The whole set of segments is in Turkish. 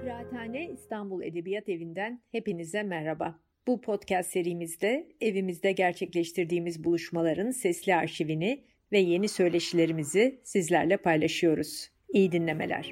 Kıraathane İstanbul Edebiyat Evi'nden hepinize merhaba. Bu podcast serimizde evimizde gerçekleştirdiğimiz buluşmaların sesli arşivini ve yeni söyleşilerimizi sizlerle paylaşıyoruz. İyi dinlemeler.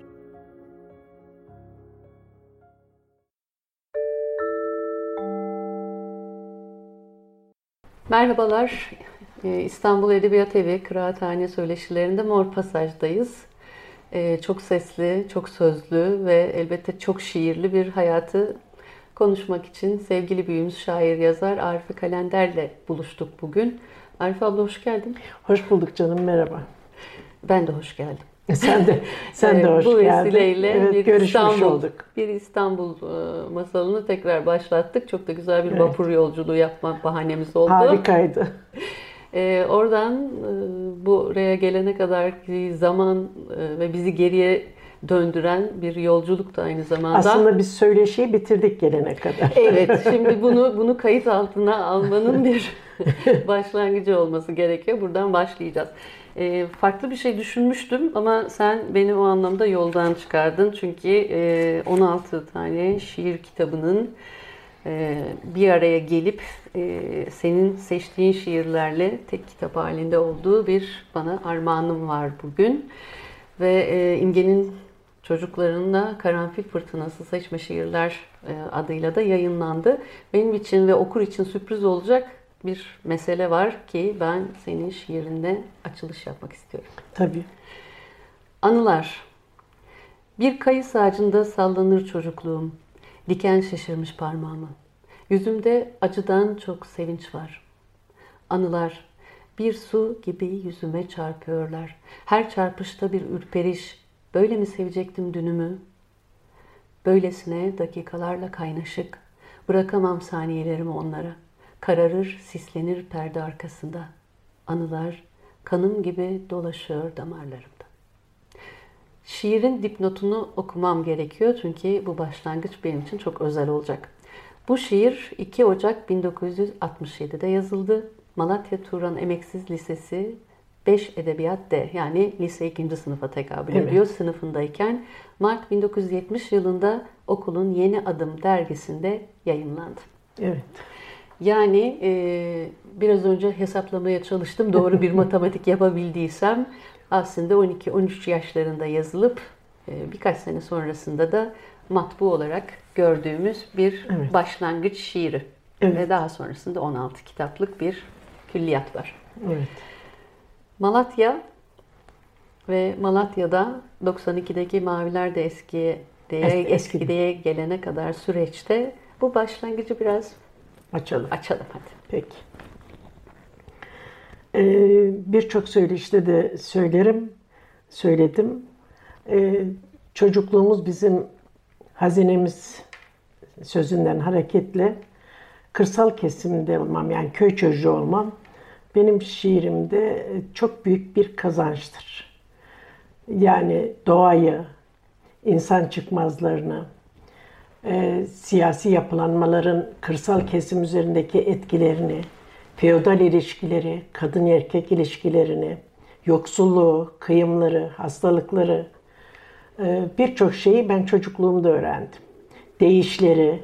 Merhabalar, İstanbul Edebiyat Evi Kıraathane Söyleşilerinde Mor Pasaj'dayız. Çok sesli, çok sözlü ve elbette çok şiirli bir hayatı konuşmak için sevgili büyüğümüz şair yazar Arife Kalender'le buluştuk bugün. Arife abla hoş geldin. Hoş bulduk canım, merhaba. Ben de hoş geldim. Sen de hoş geldin. Bu vesileyle evet, bir İstanbul masalını tekrar başlattık. Çok da güzel bir vapur yolculuğu yapma bahanemiz oldu. Harikaydı. Oradan buraya gelene kadar zaman ve bizi geriye döndüren bir yolculuk da aynı zamanda. Aslında biz söyleşiyi bitirdik gelene kadar. Evet, şimdi bunu kayıt altına almanın bir başlangıcı olması gerekiyor. Buradan başlayacağız. Farklı bir şey düşünmüştüm ama sen beni o anlamda yoldan çıkardın. Çünkü 16 tane şiir kitabının bir araya gelip senin seçtiğin şiirlerle tek kitap halinde olduğu bir bana armağanım var bugün. Ve İmge'nin çocuklarınla Karanfil Fırtınası Seçme Şiirler adıyla da yayınlandı. Benim için ve okur için sürpriz olacak bir mesele var ki ben senin şiirinde açılış yapmak istiyorum. Tabii. Anılar. Bir kayıs ağacında sallanır çocukluğum. Diken şaşırmış parmağımı. Yüzümde acıdan çok sevinç var. Anılar bir su gibi yüzüme çarpıyorlar. Her çarpışta bir ürperiş. Böyle mi sevecektim dünümü? Böylesine dakikalarla kaynaşık. Bırakamam saniyelerimi onlara. Kararır, sislenir perde arkasında. Anılar kanım gibi dolaşıyor damarlarımda. Şiirin dipnotunu okumam gerekiyor çünkü bu başlangıç benim için çok özel olacak. Bu şiir 2 Ocak 1967'de yazıldı. Malatya Turan Emeksiz Lisesi 5 Edebiyat D, yani lise 2. sınıfa tekabül ediyor. Sınıfındayken Mart 1970 yılında okulun Yeni Adım dergisinde yayınlandı. Evet. Yani biraz önce hesaplamaya çalıştım. Doğru bir matematik yapabildiysem aslında 12-13 yaşlarında yazılıp birkaç sene sonrasında da matbu olarak gördüğümüz bir başlangıç şiiri. Evet. Ve daha sonrasında 16 kitaplık bir külliyat var. Evet. Malatya ve Malatya'da 92'deki Maviler de eskiye gelene kadar süreçte bu başlangıcı biraz açalım hadi. Peki. Birçok söyleşte de söyledim. Çocukluğumuz bizim hazinemiz sözünden hareketle kırsal kesimde olmam, yani köy çocuğu olmam benim şiirimde çok büyük bir kazançtır. Yani doğayı, insan çıkmazlarını, siyasi yapılanmaların kırsal kesim üzerindeki etkilerini, feodal ilişkileri, kadın erkek ilişkilerini, yoksulluğu, kıyımları, hastalıkları, birçok şeyi ben çocukluğumda öğrendim. Deyişleri,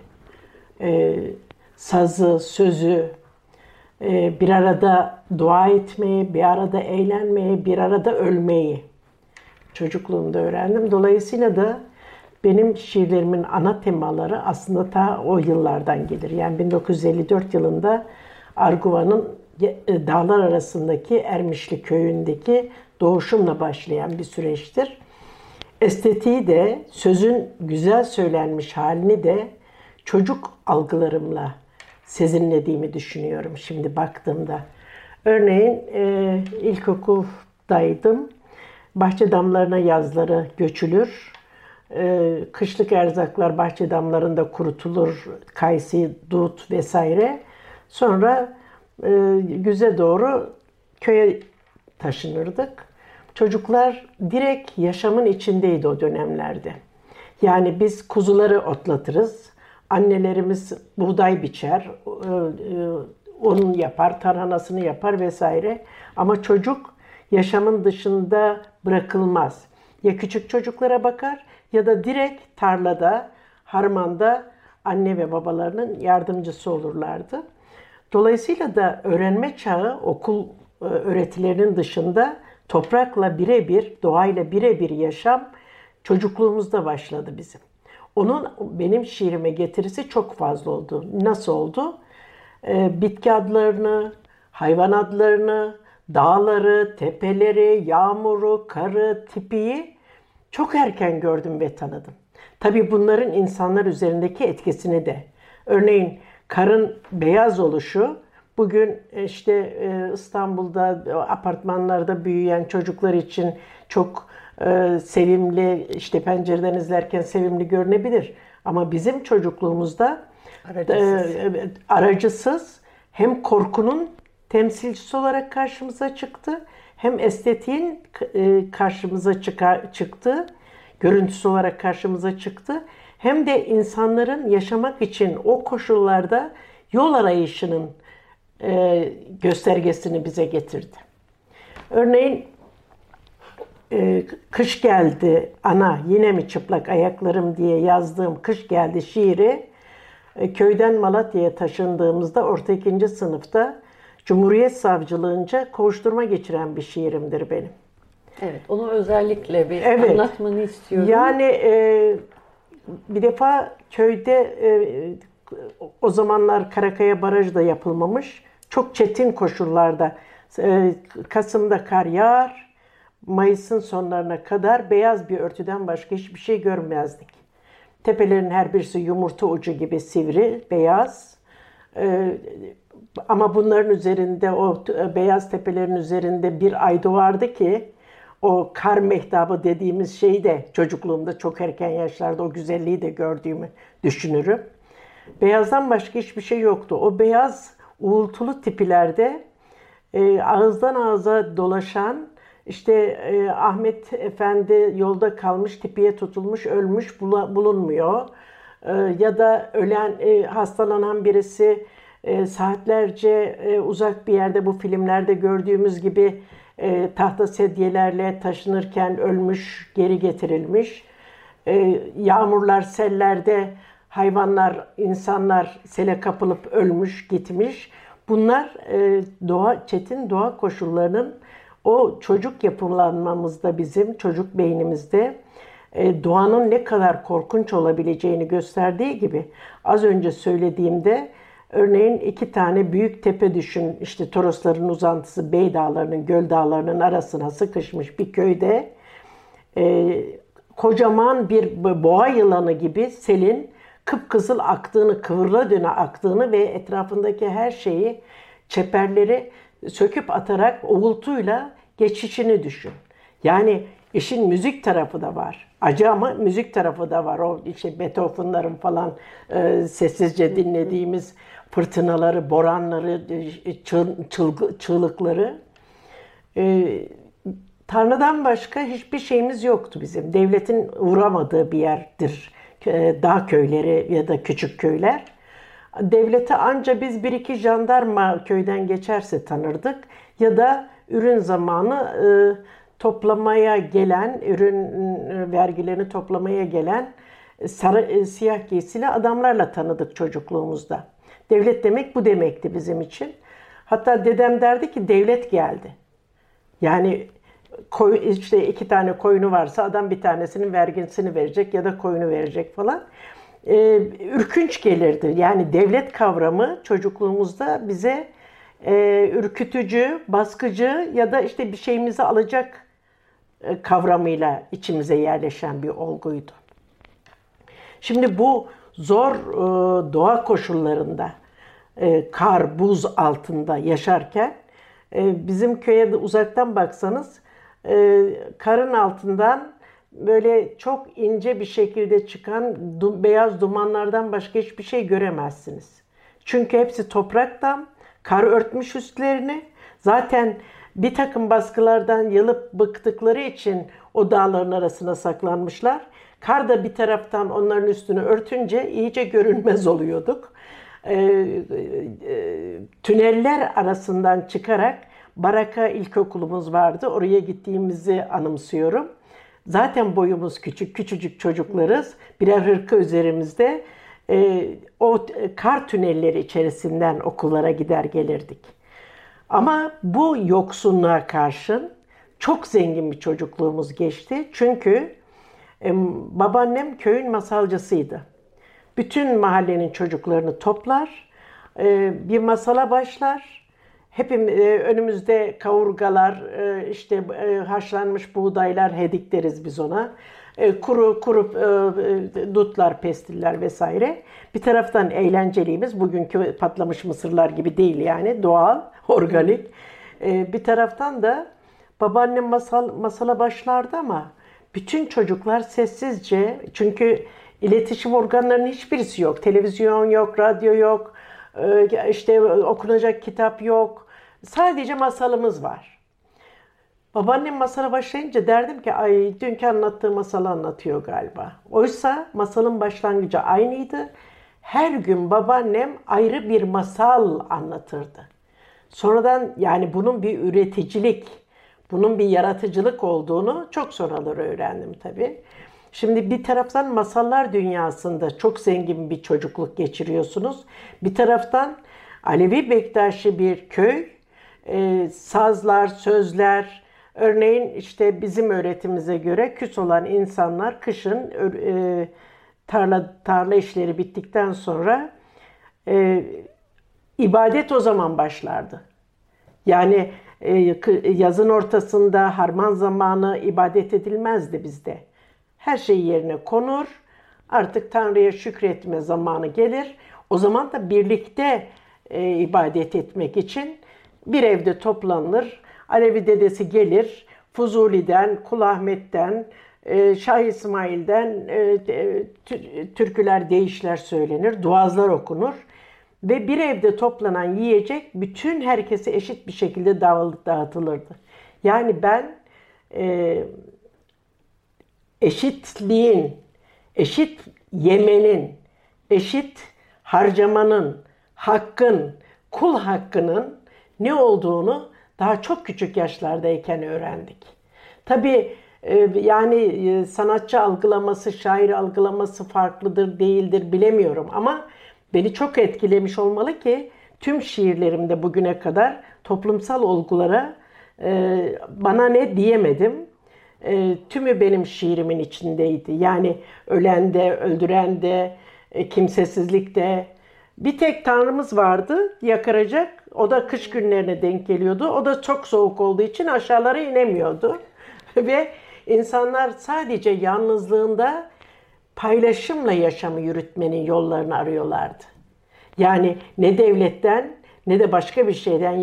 sazı, sözü, bir arada dua etmeyi, bir arada eğlenmeyi, bir arada ölmeyi çocukluğumda öğrendim. Dolayısıyla da benim şiirlerimin ana temaları aslında ta o yıllardan gelir. Yani 1954 yılında Arguva'nın dağlar arasındaki Ermişli köyündeki doğuşumla başlayan bir süreçtir. Estetiği de, sözün güzel söylenmiş halini de çocuk algılarımla sezinlediğimi düşünüyorum şimdi baktığımda. Örneğin ilkokuldaydım. Bahçe damlarına yazları göçülür. Kışlık erzaklar bahçe damlarında kurutulur. Kayısı, dut vesaire. Sonra güze doğru köye taşınırdık. Çocuklar direkt yaşamın içindeydi o dönemlerde. Yani biz kuzuları otlatırız. Annelerimiz buğday biçer, un yapar, tarhanasını yapar vesaire. Ama çocuk yaşamın dışında bırakılmaz. Ya küçük çocuklara bakar ya da direkt tarlada harmanda anne ve babalarının yardımcısı olurlardı. Dolayısıyla da öğrenme çağı okul öğretilerinin dışında toprakla birebir, doğayla birebir yaşam çocukluğumuzda başladı bizim. Onun benim şiirime getirisi çok fazla oldu. Nasıl oldu? Bitki adlarını, hayvan adlarını, dağları, tepeleri, yağmuru, karı, tipiyi çok erken gördüm ve tanıdım. Tabii bunların insanlar üzerindeki etkisini de. Örneğin karın beyaz oluşu bugün işte İstanbul'da apartmanlarda büyüyen çocuklar için çok sevimli, işte pencereden izlerken sevimli görünebilir. Ama bizim çocukluğumuzda aracısız hem korkunun temsilcisi olarak karşımıza çıktı, hem estetiğin karşımıza çıktı, görüntüsü olarak karşımıza çıktı, hem de insanların yaşamak için o koşullarda yol arayışının göstergesini bize getirdi. Örneğin kış geldi ana yine mi çıplak ayaklarım diye yazdığım Kış Geldi şiiri köyden Malatya'ya taşındığımızda orta 2. sınıfta Cumhuriyet Savcılığınca kovuşturma geçiren bir şiirimdir benim. Evet, onu özellikle bir anlatmanı istiyorum. Yani bir defa köyde o zamanlar Karakaya Barajı da yapılmamış. Çok çetin koşullarda Kasım'da kar yağar, Mayıs'ın sonlarına kadar beyaz bir örtüden başka hiçbir şey görmezdik. Tepelerin her birisi yumurta ucu gibi sivri, beyaz. Ama bunların üzerinde, o beyaz tepelerin üzerinde bir ay doğardı ki o kar mehtabı dediğimiz şeyi de çocukluğumda çok erken yaşlarda o güzelliği de gördüğümü düşünürüm. Beyazdan başka hiçbir şey yoktu. O beyaz uğultulu tipilerde ağızdan ağza dolaşan, işte Ahmet Efendi yolda kalmış, tipiye tutulmuş, ölmüş bulunmuyor. Ya da ölen, hastalanan birisi saatlerce uzak bir yerde bu filmlerde gördüğümüz gibi tahta sedyelerle taşınırken ölmüş, geri getirilmiş. Yağmurlar, sellerde hayvanlar, insanlar sele kapılıp ölmüş, gitmiş. Bunlar çetin doğa koşullarının o çocuk yapılanmamızda, bizim çocuk beynimizde doğanın ne kadar korkunç olabileceğini gösterdiği gibi az önce söylediğimde örneğin 2 tane büyük tepe düşün, işte Torosların uzantısı Bey Dağları'nın, Göl Dağları'nın arasına sıkışmış bir köyde kocaman bir boğa yılanı gibi selin kıpkızıl aktığını, kıvırla döne aktığını ve etrafındaki her şeyi, çeperleri söküp atarak uğultuyla geçişini düşün. Yani işin müzik tarafı da var. Acı ama müzik tarafı da var. O işte Beethoven'ların falan sessizce dinlediğimiz fırtınaları, boranları, çığlıkları. Tanrı'dan başka hiçbir şeyimiz yoktu bizim. Devletin uğramadığı bir yerdir dağ köyleri ya da küçük köyler. Devlete anca biz 1-2 jandarma köyden geçerse tanırdık ya da ürün zamanı toplamaya gelen, ürün vergilerini toplamaya gelen siyah giysili adamlarla tanıdık çocukluğumuzda. Devlet demek bu demekti bizim için. Hatta dedem derdi ki devlet geldi. Yani işte 2 tane koyunu varsa adam bir tanesinin vergisini verecek ya da koyunu verecek falan. Ürkünç gelirdi. Yani devlet kavramı çocukluğumuzda bize ürkütücü, baskıcı ya da işte bir şeyimizi alacak kavramıyla içimize yerleşen bir olguydu. Şimdi bu zor doğa koşullarında kar, buz altında yaşarken bizim köye de uzaktan baksanız karın altından böyle çok ince bir şekilde çıkan beyaz dumanlardan başka hiçbir şey göremezsiniz. Çünkü hepsi topraktan, kar örtmüş üstlerini. Zaten bir takım baskılardan yılıp bıktıkları için o dağların arasına saklanmışlar. Kar da bir taraftan onların üstünü örtünce iyice görünmez oluyorduk. Tüneller arasından çıkarak Baraka İlkokulumuz vardı. Oraya gittiğimizi anımsıyorum. Zaten boyumuz küçük, küçücük çocuklarız. Birer hırka üzerimizde o kar tünelleri içerisinden okullara gider gelirdik. Ama bu yoksunluğa karşın çok zengin bir çocukluğumuz geçti. Çünkü babaannem köyün masalcısıydı. Bütün mahallenin çocuklarını toplar, bir masala başlar. Önümüzde kavurgalar, işte haşlanmış buğdaylar, hedik deriz biz ona. Kuru dutlar, pestiller vesaire. Bir taraftan eğlenceliyimiz, bugünkü patlamış mısırlar gibi değil yani, doğal, organik. Bir taraftan da babaannem masala başlardı ama bütün çocuklar sessizce, çünkü iletişim organlarının hiçbirisi yok. Televizyon yok, radyo yok, işte okunacak kitap yok. Sadece masalımız var. Babaannem masala başlayınca derdim ki ay dünkü anlattığı masalı anlatıyor galiba. Oysa masalın başlangıcı aynıydı. Her gün babaannem ayrı bir masal anlatırdı. Sonradan yani bunun bir üreticilik, bunun bir yaratıcılık olduğunu çok sonraları öğrendim tabii. Şimdi bir taraftan masallar dünyasında çok zengin bir çocukluk geçiriyorsunuz. Bir taraftan Alevi Bektaşi bir köy, sazlar, sözler, örneğin işte bizim öğretimize göre küs olan insanlar kışın tarla işleri bittikten sonra ibadet o zaman başlardı. Yani yazın ortasında harman zamanı ibadet edilmezdi bizde. Her şey yerine konur. Artık Tanrı'ya şükretme zamanı gelir. O zaman da birlikte ibadet etmek için bir evde toplanılır. Alevi dedesi gelir. Fuzuli'den, Kul Ahmet'ten, Şah İsmail'den türküler, deyişler söylenir. Duazlar okunur. Ve bir evde toplanan yiyecek bütün herkese eşit bir şekilde dağıtılırdı. Yani ben eşitliğin, eşit yemenin, eşit harcamanın, hakkın, kul hakkının ne olduğunu daha çok küçük yaşlardayken öğrendik. Tabii yani sanatçı algılaması, şair algılaması farklıdır, değildir bilemiyorum ama beni çok etkilemiş olmalı ki tüm şiirlerimde bugüne kadar toplumsal olgulara bana ne diyemedim. Tümü benim şiirimin içindeydi. Yani ölen de, öldüren de, kimsesizlik de. Bir tek Tanrımız vardı yakaracak. O da kış günlerine denk geliyordu. O da çok soğuk olduğu için aşağılara inemiyordu. Ve insanlar sadece yalnızlığında paylaşımla yaşamı yürütmenin yollarını arıyorlardı. Yani ne devletten ne de başka bir şeyden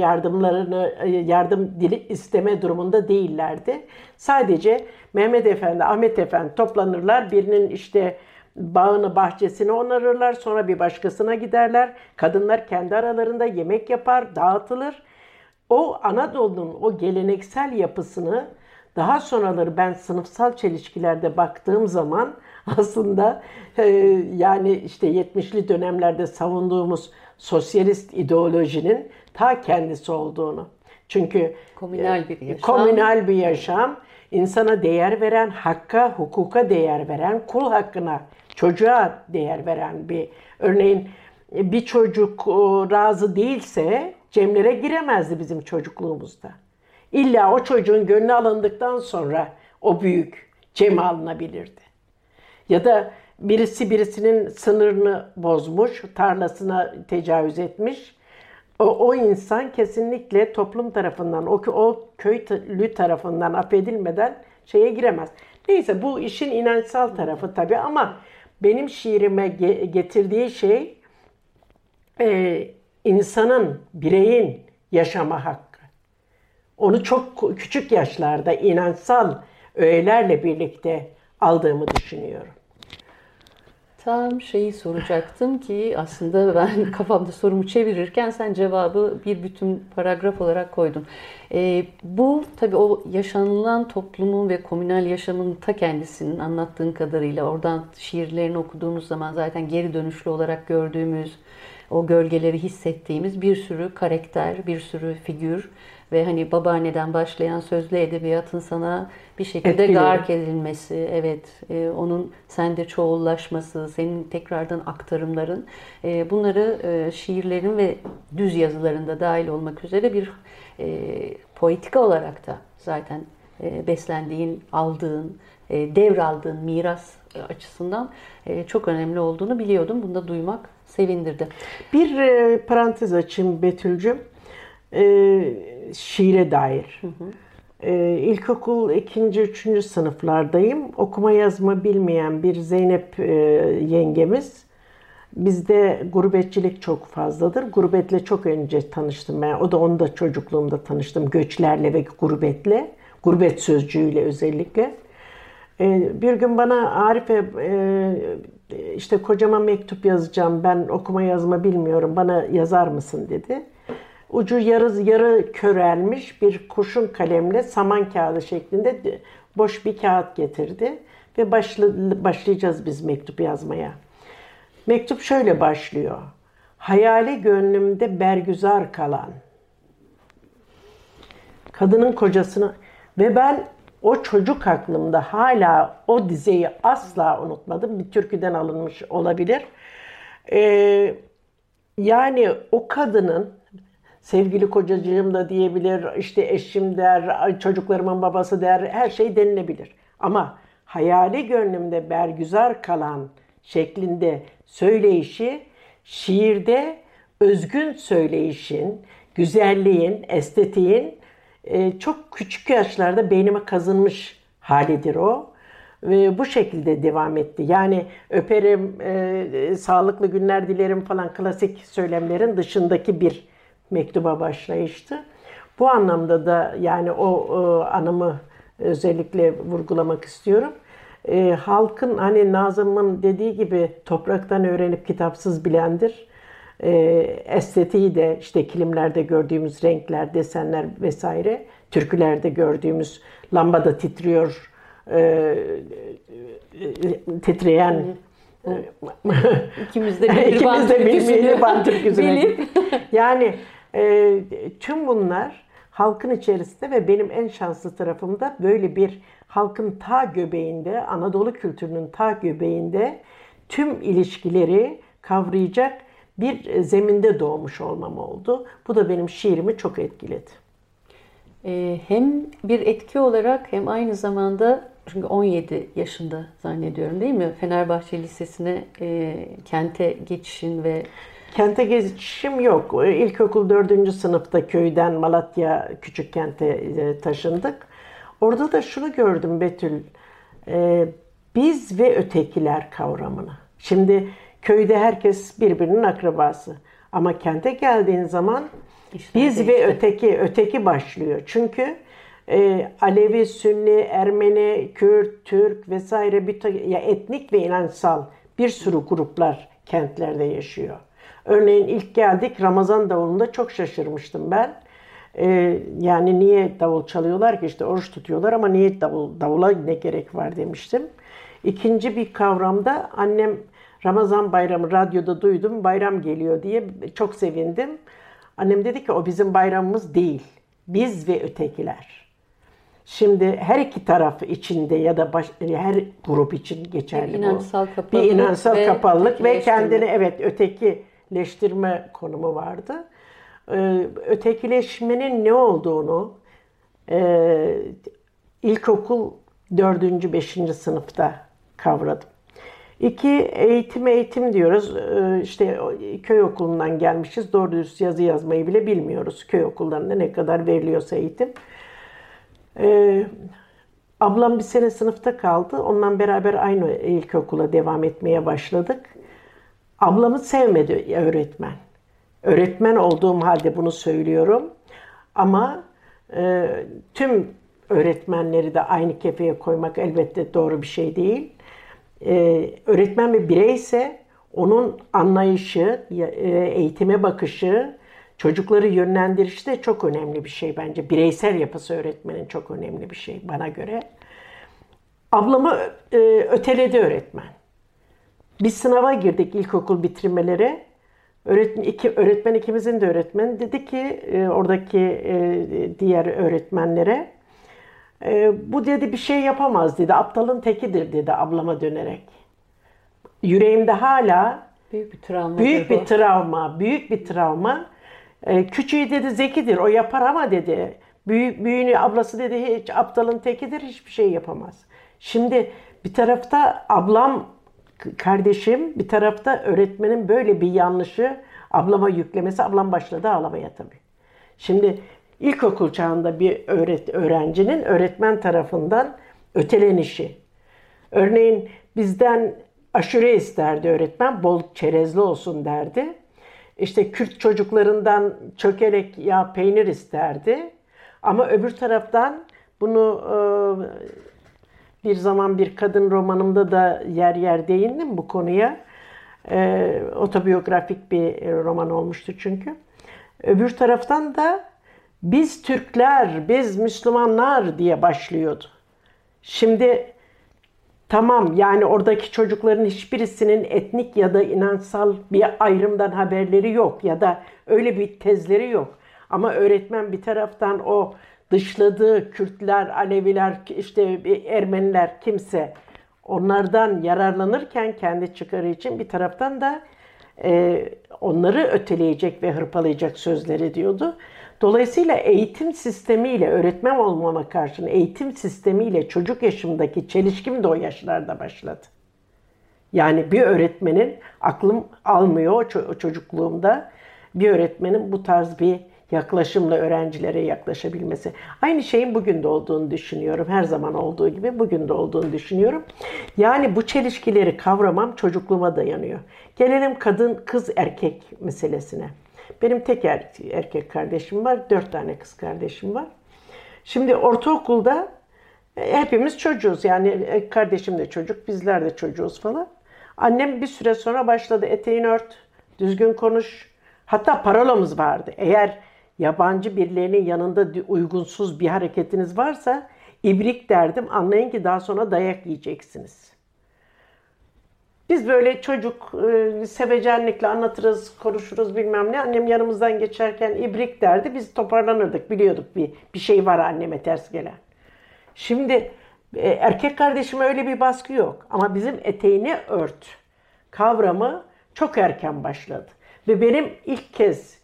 yardım dili isteme durumunda değillerdi. Sadece Mehmet Efendi, Ahmet Efendi toplanırlar. Birinin işte bağını, bahçesini onarırlar. Sonra bir başkasına giderler. Kadınlar kendi aralarında yemek yapar, dağıtılır. O Anadolu'nun o geleneksel yapısını daha sonraları ben sınıfsal çelişkilerde baktığım zaman aslında yani işte 70'li dönemlerde savunduğumuz sosyalist ideolojinin ta kendisi olduğunu. Çünkü komünal bir yaşam, insana değer veren, hakka, hukuka değer veren, kul hakkına, çocuğa değer veren bir. Örneğin bir çocuk razı değilse cemlere giremezdi bizim çocukluğumuzda. İlla o çocuğun gönlü alındıktan sonra o büyük ceme alınabilirdi. Ya da birisi birisinin sınırını bozmuş, tarlasına tecavüz etmiş. O insan kesinlikle toplum tarafından, o köylü tarafından affedilmeden şeye giremez. Neyse bu işin inançsal tarafı tabii ama benim şiirime getirdiği şey insanın, bireyin yaşama hakkı. Onu çok küçük yaşlarda inançsal öğelerle birlikte aldığımı düşünüyorum. Tam şeyi soracaktım ki aslında ben kafamda sorumu çevirirken sen cevabı bir bütün paragraf olarak koydun. Bu tabii o yaşanılan toplumun ve komünal yaşamın ta kendisinin anlattığın kadarıyla oradan şiirlerini okuduğumuz zaman zaten geri dönüşlü olarak gördüğümüz, o gölgeleri hissettiğimiz bir sürü karakter, bir sürü figür ve hani babaanneden başlayan sözlü edebiyatın sana bir şekilde Etkili. gark edilmesi, evet, onun sende çoğullaşması, senin tekrardan aktarımların, bunları şiirlerin ve düz yazılarında dahil olmak üzere bir poetika olarak da zaten beslendiğin, aldığın, devraldığın miras açısından çok önemli olduğunu biliyordum. Bunu da duymak sevindirdi. Bir parantez açayım Betül'cüm. Şiire dair. İlkokul 2. 3. sınıflardayım. Okuma yazma bilmeyen bir Zeynep yengemiz. Bizde gurbetçilik çok fazladır. Gurbetle çok önce tanıştım ben. Onu da çocukluğumda tanıştım. Göçlerle ve gurbetle. Gurbet sözcüğüyle özellikle. Bir gün bana Arife işte kocama mektup yazacağım. Ben okuma yazma bilmiyorum. Bana yazar mısın dedi. Ucu yarı körelmiş bir kurşun kalemle saman kağıdı şeklinde boş bir kağıt getirdi. Ve başlayacağız biz mektup yazmaya. Mektup şöyle başlıyor. Hayali gönlümde bergüzar kalan. Kadının kocasını ve ben o çocuk aklımda hala o dizeyi asla unutmadım. Bir türküden alınmış olabilir. Yani o kadının sevgili kocacığım da diyebilir, işte eşim der, çocuklarımın babası der, her şey denilebilir. Ama hayali gönlümde bergüzar kalan şeklinde söyleyişi şiirde özgün söyleyişin, güzelliğin, estetiğin çok küçük yaşlarda beynime kazınmış halidir o. Ve bu şekilde devam etti. Yani öperim, sağlıklı günler dilerim falan klasik söylemlerin dışındaki bir mektuba başlayıştı. Bu anlamda da yani o anımı özellikle vurgulamak istiyorum. Halkın hani Nazım'ın dediği gibi topraktan öğrenip kitapsız bilendir. Estetiği de işte kilimlerde gördüğümüz renkler, desenler vesaire, türkülerde gördüğümüz lambada titriyor, titreyen İkimiz de bir Mihriban türküsüne. Yani tüm bunlar halkın içerisinde ve benim en şanslı tarafımda böyle bir halkın ta göbeğinde, Anadolu kültürünün ta göbeğinde tüm ilişkileri kavrayacak bir zeminde doğmuş olmam oldu. Bu da benim şiirimi çok etkiledi. Hem bir etki olarak hem aynı zamanda, çünkü 17 yaşında zannediyorum değil mi? Fenerbahçe Lisesi'ne kente geçişin ve... Kente geçişim yok. İlkokul 4. sınıfta köyden Malatya küçük kente taşındık. Orada da şunu gördüm Betül. Biz ve ötekiler kavramını. Şimdi köyde herkes birbirinin akrabası. Ama kente geldiğin zaman biz ve öteki başlıyor. Çünkü Alevi, Sünni, Ermeni, Kürt, Türk vesaire etnik ve inançsal bir sürü gruplar kentlerde yaşıyor. Örneğin ilk geldik Ramazan davulunda çok şaşırmıştım ben. Yani niye davul çalıyorlar ki, işte oruç tutuyorlar ama niye davula ne gerek var demiştim. İkinci bir kavramda annem Ramazan bayramı radyoda duydum, bayram geliyor diye çok sevindim. Annem dedi ki o bizim bayramımız değil. Biz ve ötekiler. Şimdi her iki taraf içinde ya da her grup için geçerli bu. Bir inansal kapalılık ve kendini ötekileştirme konumu vardı. Ötekileşmenin ne olduğunu ilkokul 4. 5. sınıfta kavradım. 2 eğitim diyoruz. İşte köy okulundan gelmişiz. Doğru dürüst yazı yazmayı bile bilmiyoruz. Köy okullarında ne kadar veriliyorsa eğitim. Ablam bir sene sınıfta kaldı. Onunla beraber aynı ilkokula devam etmeye başladık. Ablamı sevmedi öğretmen. Öğretmen olduğum halde bunu söylüyorum. Ama tüm öğretmenleri de aynı kefeye koymak elbette doğru bir şey değil. Öğretmen bir bireyse onun anlayışı, eğitime bakışı, çocukları yönlendirişi de çok önemli bir şey bence. Bireysel yapısı öğretmenin çok önemli bir şey bana göre. Ablamı öteledi öğretmen. Bir sınava girdik ilkokul bitirmelere. Öğretmen ikimizin de öğretmeni dedi ki oradaki diğer öğretmenlere bu dedi bir şey yapamaz dedi. Aptalın tekidir dedi ablama dönerek. Yüreğimde hala büyük bir travma. Büyük bir travma. Küçüğü dedi zekidir, o yapar ama dedi. Büyüğünü ablası dedi hiç aptalın tekidir, hiçbir şey yapamaz. Şimdi bir tarafta ablam, kardeşim, bir tarafta öğretmenin böyle bir yanlışı ablama yüklemesi, ablam başladı ağlamaya tabii. Şimdi ilkokul çağında bir öğrencinin öğretmen tarafından ötelenişi. Örneğin bizden aşure isterdi öğretmen, bol çerezli olsun derdi. İşte Kürt çocuklarından çökelek yağ peynir isterdi. Ama öbür taraftan bunu bir zaman bir kadın romanımda da yer yer değindim bu konuya. Otobiyografik bir roman olmuştu çünkü. Öbür taraftan da biz Türkler, biz Müslümanlar diye başlıyordu. Şimdi tamam, yani oradaki çocukların hiçbirisinin etnik ya da inançsal bir ayrımdan haberleri yok ya da öyle bir tezleri yok. Ama öğretmen bir taraftan o dışladığı Kürtler, Aleviler, işte Ermeniler kimse onlardan yararlanırken kendi çıkarı için bir taraftan da onları öteleyecek ve hırpalayacak sözleri diyordu. Dolayısıyla eğitim sistemiyle, öğretmen olmama karşın eğitim sistemiyle çocuk yaşımdaki çelişkim de o yaşlarda başladı. Yani bir öğretmenin, aklım almıyor o çocukluğumda, bir öğretmenin bu tarz bir yaklaşımla öğrencilere yaklaşabilmesi. Aynı şeyin bugün de olduğunu düşünüyorum. Her zaman olduğu gibi bugün de olduğunu düşünüyorum. Yani bu çelişkileri kavramam çocukluğuma dayanıyor. Gelelim kadın, kız, erkek meselesine. Benim tek erkek kardeşim var, 4 tane kız kardeşim var. Şimdi ortaokulda hepimiz çocuğuz. Yani kardeşim de çocuk, bizler de çocuğuz falan. Annem bir süre sonra başladı, eteğini ört, düzgün konuş. Hatta parolamız vardı. Eğer yabancı birilerinin yanında uygunsuz bir hareketiniz varsa ibrik derdim. Anlayın ki daha sonra dayak yiyeceksiniz. Biz böyle çocuk sevecenlikle anlatırız, konuşuruz bilmem ne. Annem yanımızdan geçerken ibrik derdi. Biz toparlanırdık, biliyorduk bir şey var anneme ters gelen. Şimdi erkek kardeşime öyle bir baskı yok. Ama bizim eteğini ört kavramı çok erken başladı. Ve benim ilk kez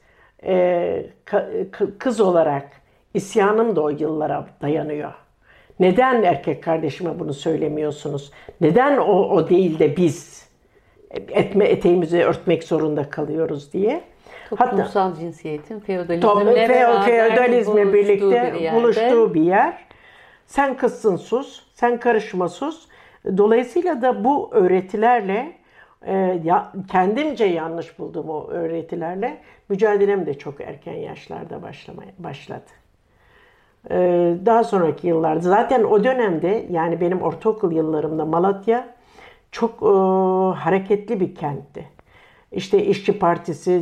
kız olarak isyanım da o yıllara dayanıyor. Neden erkek kardeşime bunu söylemiyorsunuz? Neden o değil de biz eteğimizi örtmek zorunda kalıyoruz diye. Toplumsal cinsiyetin feodalizmle birlikte buluştuğu bir yer. Sen kızsın sus, sen karışma sus. Dolayısıyla da bu öğretilerle kendimce yanlış bulduğum o öğretilerle mücadelem de çok erken yaşlarda başladı. Daha sonraki yıllarda zaten o dönemde, yani benim ortaokul yıllarımda Malatya çok hareketli bir kentti. İşte İşçi Partisi,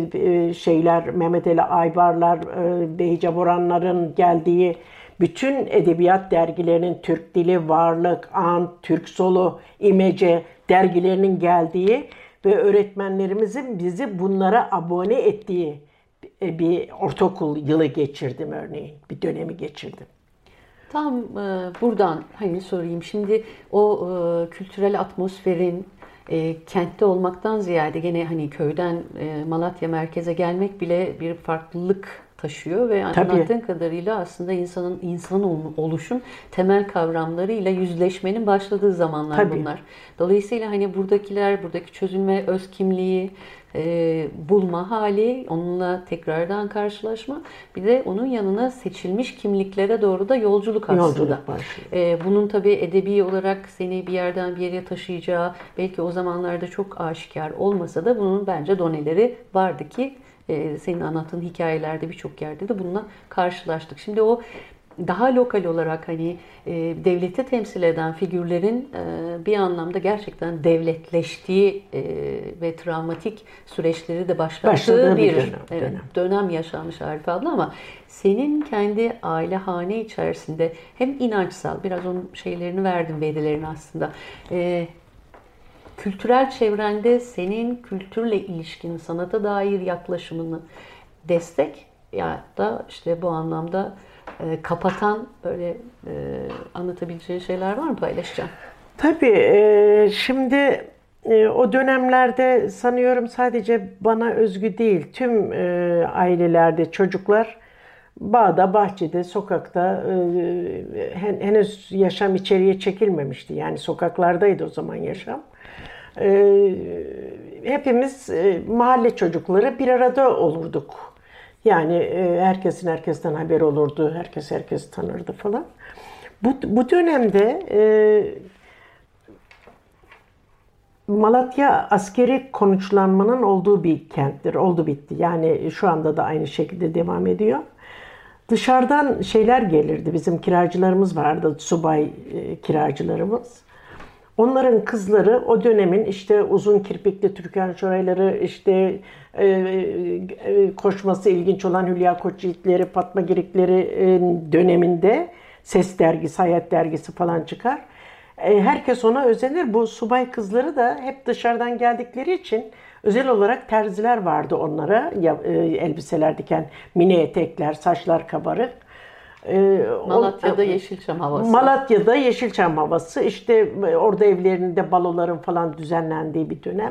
Mehmet Ali Aybarlar, Beyce Boranların geldiği bütün edebiyat dergilerinin Türk Dili, Varlık, Ant, Türk Solu, İmece dergilerinin geldiği ve öğretmenlerimizin bizi bunlara abone ettiği bir ortaokul yılı geçirdim örneğin. Bir dönemi geçirdim. Tam buradan sorayım. Şimdi o kültürel atmosferin kentte olmaktan ziyade gene köyden Malatya merkeze gelmek bile bir farklılık taşıyor ve anlattığın kadarıyla aslında insan oluşun temel kavramlarıyla yüzleşmenin başladığı zamanlar bunlar. Dolayısıyla buradaki çözülme, öz kimliği bulma hali, onunla tekrardan karşılaşma, bir de onun yanına seçilmiş kimliklere doğru da yolculuk aslında. Bunun tabii edebi olarak seni bir yerden bir yere taşıyacağı belki o zamanlarda çok aşikar olmasa da bunun bence doneleri vardı ki senin anlattığın hikayelerde birçok yerde de bununla karşılaştık. Şimdi o daha lokal olarak devleti temsil eden figürlerin bir anlamda gerçekten devletleştiği ve travmatik süreçleri de başladığı bir dönem yaşanmış Arife abla, ama senin kendi aile hane içerisinde hem inançsal, biraz onun şeylerini verdim, verilerini aslında, kültürel çevrende senin kültürle ilişkini, sanata dair yaklaşımını destek ya da işte bu anlamda kapatan böyle anlatabileceğin şeyler var mı, paylaşacağım? Tabii şimdi o dönemlerde sanıyorum sadece bana özgü değil, tüm ailelerde çocuklar bağda, bahçede, sokakta henüz yaşam içeriye çekilmemişti. Yani sokaklardaydı o zaman yaşam. Hepimiz mahalle çocukları bir arada olurduk. Yani herkesin herkesten haber olurdu, herkes herkes tanırdı falan. Bu dönemde Malatya askeri konuşlanmanın olduğu bir kenttir. Oldu bitti. Yani şu anda da aynı şekilde devam ediyor. Dışarıdan şeyler gelirdi. Bizim kiracılarımız vardı. Subay kiracılarımız. Onların kızları o dönemin işte uzun kirpikli Türkan Şorayları, işte koşması ilginç olan Hülya Koçyiğitleri, Fatma Girikleri döneminde Ses dergisi, Hayat dergisi falan çıkar. Herkes ona özenir. Bu subay kızları da hep dışarıdan geldikleri için özel olarak terziler vardı onlara. Elbiseler diken, mini etekler, saçlar kabarık. Malatya'da Yeşilçam havası. Malatya'da Yeşilçam havası. İşte orada evlerinde baloların falan düzenlendiği bir dönem.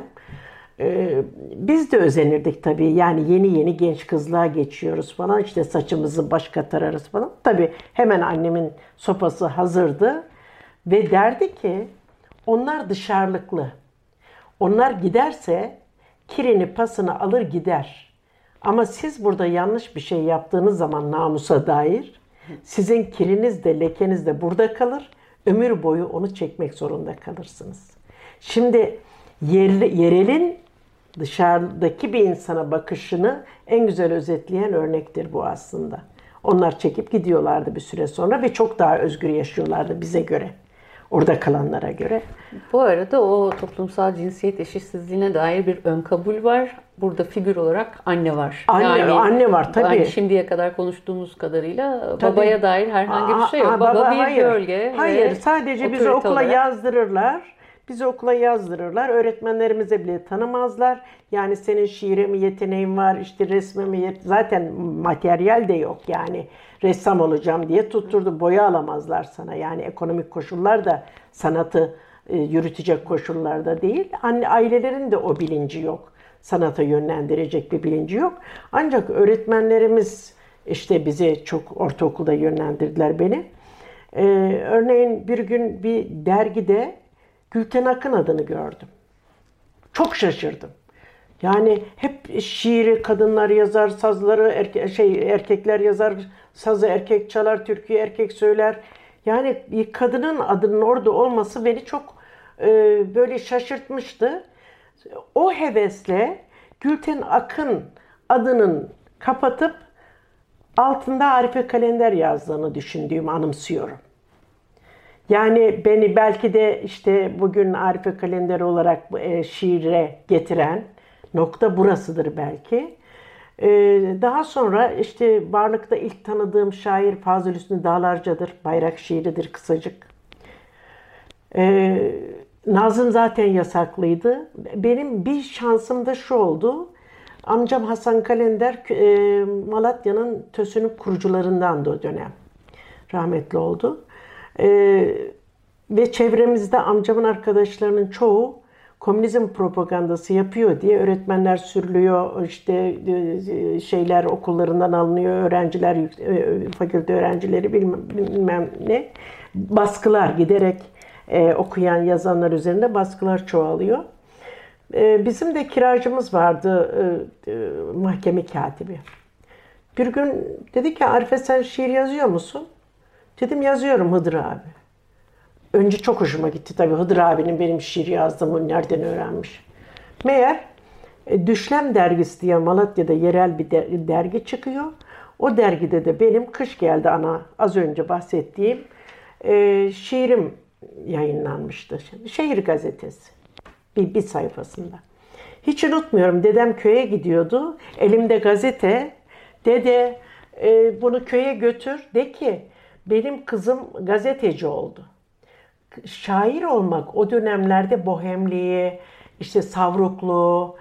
Biz de özenirdik tabii. Yani yeni yeni genç kızlığa geçiyoruz falan. İşte saçımızı başka tararız falan. Tabii hemen annemin sopası hazırdı. Ve derdi ki onlar dışarılıklı. Onlar giderse kirini pasını alır gider. Ama siz burada yanlış bir şey yaptığınız zaman namusa dair sizin kiriniz de lekeniz de burada kalır. Ömür boyu onu çekmek zorunda kalırsınız. Şimdi yerelin dışarıdaki bir insana bakışını en güzel özetleyen örnektir bu aslında. Onlar çekip gidiyorlardı bir süre sonra ve çok daha özgür yaşıyorlardı bize göre. Orada kalanlara göre. Bu arada o toplumsal cinsiyet eşitsizliğine dair bir ön kabul var. Burada figür olarak anne var. Anne var tabii. Yani şimdiye kadar konuştuğumuz kadarıyla babaya dair herhangi bir şey yok. Baba bir hayır. gölge. Hayır, sadece bizi okula yazdırırlar. Bizi okula yazdırırlar. Öğretmenlerimize bile tanımazlar. Yani senin şiire mi yeteneğin var, işte resme mi zaten materyal de yok yani. Ressam olacağım diye tutturdu. Boya alamazlar sana. Yani ekonomik koşullar da sanatı yürütecek koşullarda değil. Ailelerin de o bilinci yok. Sanata yönlendirecek bir bilinci yok. Ancak öğretmenlerimiz işte bizi çok ortaokulda yönlendirdiler beni. Örneğin bir gün bir dergide Gülten Akın adını gördüm. Çok şaşırdım. Yani hep şiiri kadınlar yazar, sazları erkekler yazar, sazı erkek çalar, türküyü erkek söyler. Yani bir kadının adının orada olması beni çok böyle şaşırtmıştı. O hevesle Gülten Akın adının kapatıp altında Arife Kalender yazdığını düşündüğümü anımsıyorum. Yani beni belki de işte bugün Arife Kalender olarak şiire getiren nokta burasıdır belki. Daha sonra işte varlıkta ilk tanıdığım şair Fazıl Hüsnü Dağlarca'dır. Bayrak şiiridir kısacık. Nazım zaten yasaklıydı. Benim bir şansım da şu oldu. Amcam Hasan Kalender Malatya'nın TÖS'ünün kurucularındandı o dönem. Rahmetli oldu. Ve çevremizde amcamın arkadaşlarının çoğu komünizm propagandası yapıyor diye öğretmenler sürülüyor, işte şeyler okullarından alınıyor, öğrenciler, fakülte öğrencileri bilmem ne, baskılar giderek okuyan yazanlar üzerinde baskılar çoğalıyor. Bizim de kiracımız vardı, mahkeme katibi. Bir gün dedi ki Arife sen şiir yazıyor musun? Dedim yazıyorum Hıdır abi. Önce çok hoşuma gitti tabii Hıdır abinin benim şiir yazdığımı nereden öğrenmiş. Meğer Düşlem dergisi diye Malatya'da yerel bir dergi çıkıyor. O dergide de benim kış geldi ana az önce bahsettiğim şiirim yayınlanmıştı. Şehir gazetesi bir sayfasında. Hiç unutmuyorum dedem köye gidiyordu. Elimde gazete. Dede bunu köye götür de ki benim kızım gazeteci oldu. şair olmak o dönemlerde bohemliği, işte savrukluğu,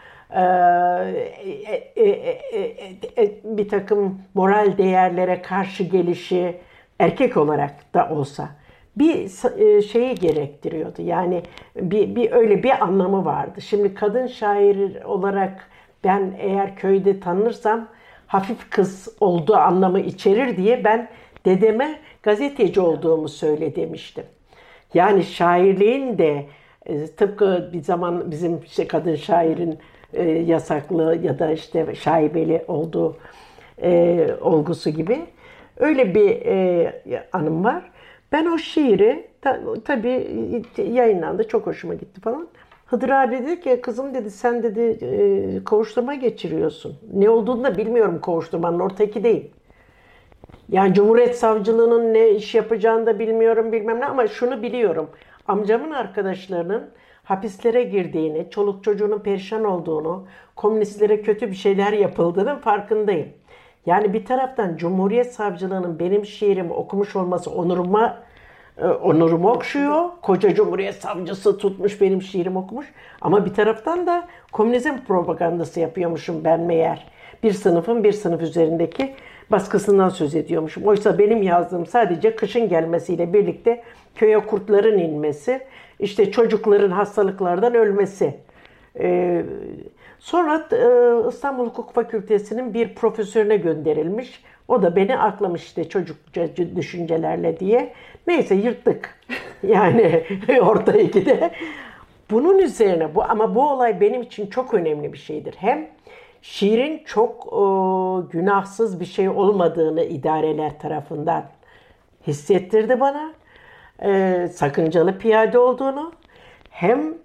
bir takım moral değerlere karşı gelişi erkek olarak da olsa bir şeyi gerektiriyordu. Yani bir öyle bir anlamı vardı. Şimdi kadın şair olarak ben eğer köyde tanırsam hafif kız olduğu anlamı içerir diye ben dedeme gazeteci olduğumu söyle demiştim. Yani şairliğin de tıpkı bir zaman bizim işte kadın şairin yasaklı ya da işte şaibeli olduğu olgusu gibi öyle bir anım var. Ben o şiiri tabii yayınlandı, çok hoşuma gitti falan. Hıdır abi dedi ki kızım dedi sen dedi kovuşturma geçiriyorsun. Ne olduğunu da bilmiyorum kovuşturmanın ortakideyim. Yani Cumhuriyet Savcılığı'nın ne iş yapacağını da bilmiyorum bilmem ne ama şunu biliyorum. Amcamın arkadaşlarının hapislere girdiğini, çoluk çocuğunun perişan olduğunu, komünistlere kötü bir şeyler yapıldığının farkındayım. Yani bir taraftan Cumhuriyet Savcılığı'nın benim şiirimi okumuş olması onurumu okşuyor. Koca Cumhuriyet Savcısı tutmuş benim şiirimi okumuş. Ama bir taraftan da komünizm propagandası yapıyormuşum ben meğer. Bir sınıfın bir sınıf üzerindeki baskısından söz ediyormuşum. Oysa benim yazdığım sadece kışın gelmesiyle birlikte köye kurtların inmesi, işte çocukların hastalıklardan ölmesi. Sonra İstanbul Hukuk Fakültesi'nin bir profesörüne gönderilmiş. O da beni aklamış işte çocukça düşüncelerle diye. Neyse yırttık. Yani orta ikide. Bunun üzerine ama bu olay benim için çok önemli bir şeydir. Hem şiirin çok günahsız bir şey olmadığını idareler tarafından hissettirdi bana. Sakıncalı piyade olduğunu. Hem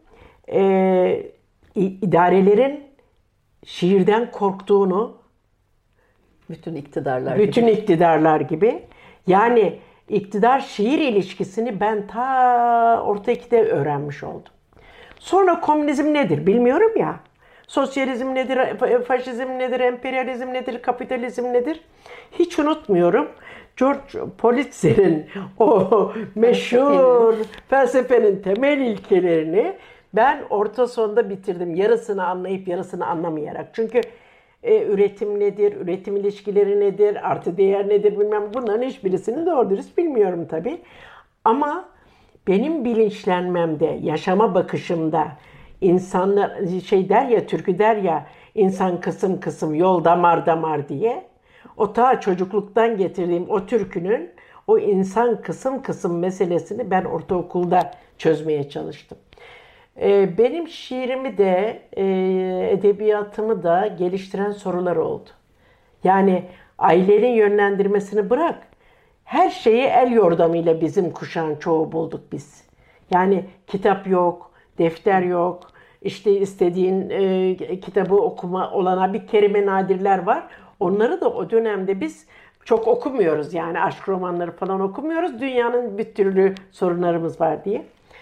idarelerin şiirden korktuğunu, bütün iktidarlar gibi. Yani iktidar şiir ilişkisini ben ta orta ikide öğrenmiş oldum. Sonra komünizm nedir bilmiyorum ya. Sosyalizm nedir, faşizm nedir, emperyalizm nedir, kapitalizm nedir? Hiç unutmuyorum. George Politzer'in o meşhur felsefenin temel ilkelerini ben orta sonda bitirdim. Yarısını anlayıp yarısını anlamayarak. Çünkü üretim nedir, üretim ilişkileri nedir, artı değer nedir bilmem. Bunların hiçbirisini doğru dürüst bilmiyorum tabii. Ama benim bilinçlenmemde, yaşama bakışımda insanlar türkü der ya insan kısım kısım yol damar damar diye. O ta çocukluktan getirdiğim o türkünün o insan kısım kısım meselesini ben ortaokulda çözmeye çalıştım. Benim şiirimi de edebiyatımı da geliştiren sorular oldu. Yani ailenin yönlendirmesini bırak. Her şeyi el yordamıyla bizim kuşağın çoğu bulduk biz. Yani kitap yok, defter yok. İşte istediğin kitabı okuma olana bir kerime nadirler var. Onları da o dönemde biz çok okumuyoruz. Yani aşk romanları falan okumuyoruz. Dünyanın bir türlü sorunlarımız var diye.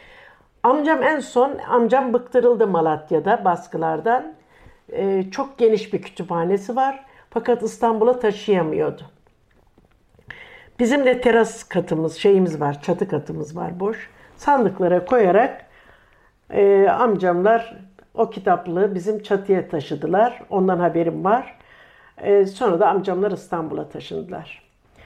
Amcam bıktırıldı Malatya'da baskılardan. Çok geniş bir kütüphanesi var. Fakat İstanbul'a taşıyamıyordu. Bizim de teras katımız, var, çatı katımız var boş. Sandıklara koyarak amcamlar o kitaplığı bizim çatıya taşıdılar. Ondan haberim var. Sonra da amcamlar İstanbul'a taşındılar.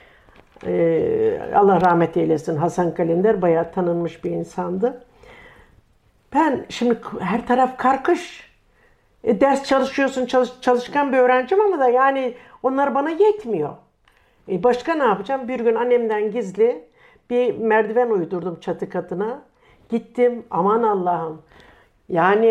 Allah rahmet eylesin, Hasan Kalender bayağı tanınmış bir insandı. Ben şimdi her taraf karkış. Ders çalışıyorsun, çalışkan bir öğrencim ama da yani onlar bana yetmiyor. Başka ne yapacağım? Bir gün annemden gizli bir merdiven uydurdum çatı katına. Gittim, aman Allah'ım. Yani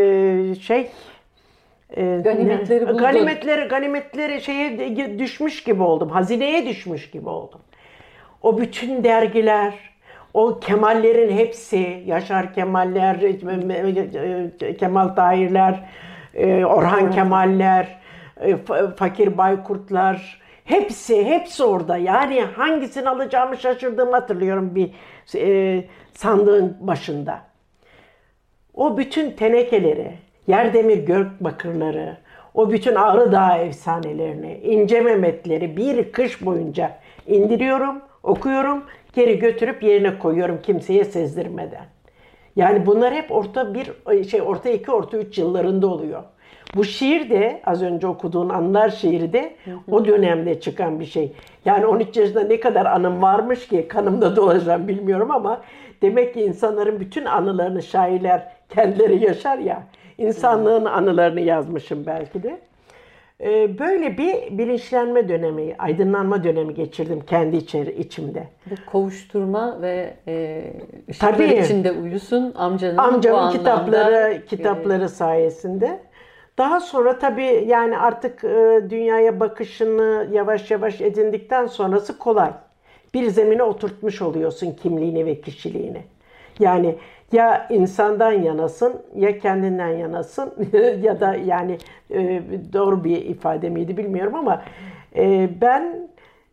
ganimetleri buldum. Ganimetleri şeye düşmüş gibi oldum. Hazineye düşmüş gibi oldum. O bütün dergiler, o Kemallerin hepsi, Yaşar Kemaller, Kemal Tahirler, Orhan Kemaller, Fakir Baykurtlar, hepsi orada. Yani hangisini alacağımı şaşırdığımı hatırlıyorum bir sandığın başında. O bütün tenekeleri, Yerdemir Gökbakırları, o bütün Ağrı Dağı efsanelerini, İnce Mehmetleri bir kış boyunca indiriyorum, okuyorum, geri götürüp yerine koyuyorum kimseye sezdirmeden. Yani bunlar hep orta 2, orta 3 yıllarında oluyor. Bu şiir de az önce okuduğun Anılar şiiri de o dönemde çıkan bir şey. Yani 13 yaşında ne kadar anım varmış ki kanımda dolaşan bilmiyorum ama demek ki insanların bütün anılarını şairler kendileri yaşar ya. İnsanlığın anılarını yazmışım belki de. Böyle bir bilinçlenme dönemi, aydınlanma dönemi geçirdim kendi içimde. Bu kovuşturma ve ışıklar içinde uyusun amcanın bu anlamda, kitapları sayesinde. Daha sonra tabii yani artık dünyaya bakışını yavaş yavaş edindikten sonrası kolay. Bir zemine oturtmuş oluyorsun kimliğini ve kişiliğini. Yani ya insandan yanasın ya kendinden yanasın ya da yani doğru bir ifade miydi bilmiyorum ama ben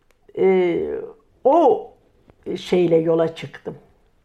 o şeyle yola çıktım.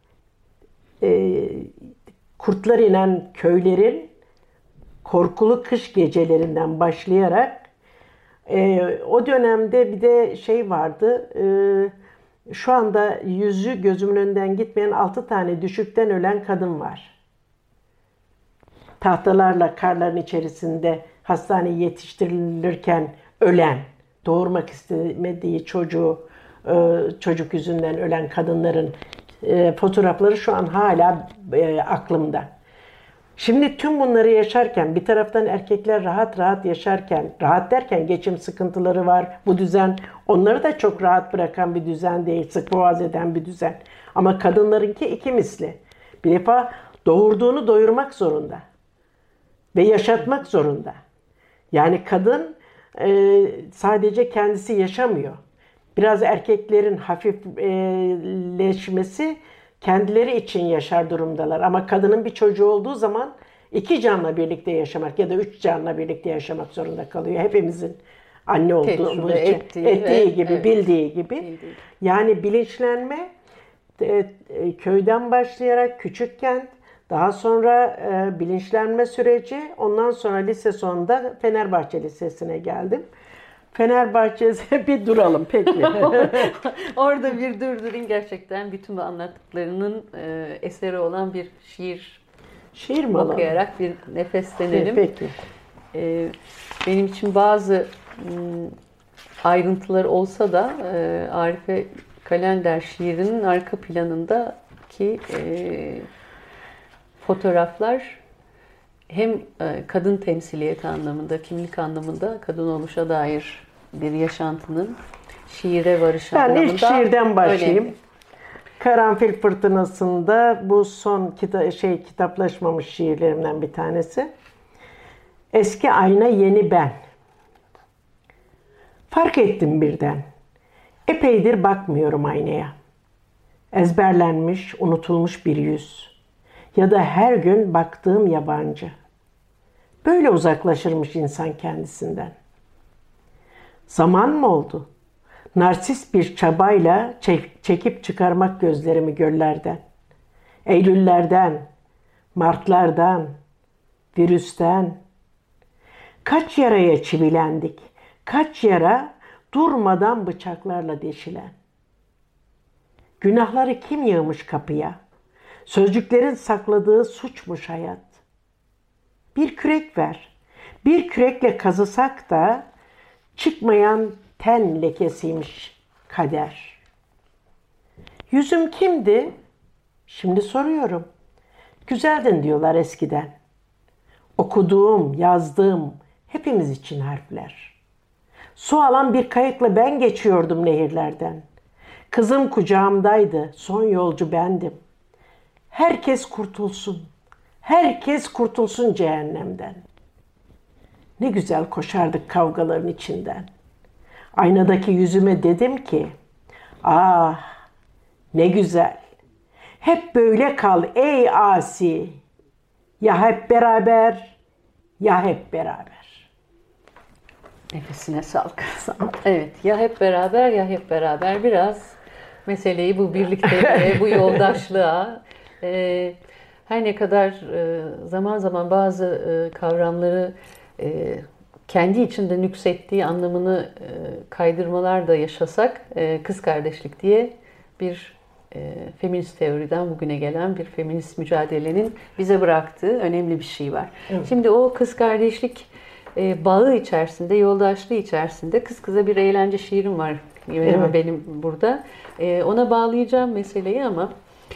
Kurtlar inen köylerin korkulu kış gecelerinden başlayarak o dönemde bir de şey vardı. Şu anda yüzü gözümün önünden gitmeyen 6 tane düşükten ölen kadın var. Tahtalarla karların içerisinde hastaneye yetiştirilirken ölen, doğurmak istemediği çocuk yüzünden ölen kadınların fotoğrafları şu an hala aklımda. Şimdi tüm bunları yaşarken bir taraftan erkekler rahat rahat yaşarken, rahat derken geçim sıkıntıları var. Bu düzen onları da çok rahat bırakan bir düzen değil, sık boğaz eden bir düzen. Ama kadınlarınki iki misli. Bir defa doğurduğunu doyurmak zorunda ve yaşatmak zorunda. Yani kadın sadece kendisi yaşamıyor. Biraz erkeklerin hafifleşmesi kendileri için yaşar durumdalar. Ama kadının bir çocuğu olduğu zaman 2 canla birlikte yaşamak ya da 3 canla birlikte yaşamak zorunda kalıyor. Hepimizin anne olduğumuz için ettiği gibi, evet, bildiği gibi. Yani bilinçlenme köyden başlayarak küçük kent, daha sonra bilinçlenme süreci, ondan sonra lise sonunda Fenerbahçe Lisesi'ne geldim. Fenerbahçe'ye bir duralım peki. Orada bir durdurayım, gerçekten bütün bu anlattıklarının eseri olan bir şiir mi okuyarak bir nefeslenelim. Peki. Benim için bazı ayrıntılar olsa da Arife Kalender şiirinin arka planındaki fotoğraflar hem kadın temsiliyeti anlamında, kimlik anlamında kadın oluşa dair bir yaşantının şiire varış anlamında. Ben ilk şiirden başlayayım. Önemli. Karanfil Fırtınası'nda bu son kitaplaşmamış şiirlerimden bir tanesi. Eski ayna yeni ben. Fark ettim birden. Epeydir bakmıyorum aynaya. Ezberlenmiş, unutulmuş bir yüz. Ya da her gün baktığım yabancı. Böyle uzaklaşırmış insan kendisinden. Zaman mı oldu? Narsist bir çabayla çekip çıkarmak gözlerimi göllerden. Eylüllerden, Martlardan, virüsten. Kaç yaraya çivilendik, kaç yara durmadan bıçaklarla deşilen. Günahları kim yığmış kapıya? Sözcüklerin sakladığı suçmuş hayat. Bir kürek ver. Bir kürekle kazısak da çıkmayan ten lekesiymiş kader. Yüzüm kimdi? Şimdi soruyorum. Güzeldin diyorlar eskiden. Okuduğum, yazdığım hepimiz için harfler. Su alan bir kayıkla ben geçiyordum nehirlerden. Kızım kucağımdaydı, son yolcu bendim. Herkes kurtulsun, herkes kurtulsun cehennemden. Ne güzel koşardık kavgaların içinden. Aynadaki yüzüme dedim ki, ah ne güzel, hep böyle kal ey asi. Ya hep beraber, ya hep beraber. Nefesine sağlık. Evet, ya hep beraber, ya hep beraber. Biraz meseleyi bu birlikteliğe, bu yoldaşlığa, her ne kadar zaman zaman bazı kavramları kendi içinde nüksettiği anlamını kaydırmalar da yaşasak kız kardeşlik diye bir feminist teoriden bugüne gelen bir feminist mücadelenin bize bıraktığı önemli bir şey var. Evet. Şimdi o kız kardeşlik bağı içerisinde, yoldaşlığı içerisinde kız kıza bir eğlence şiirim var benim burada. Ona bağlayacağım meseleyi ama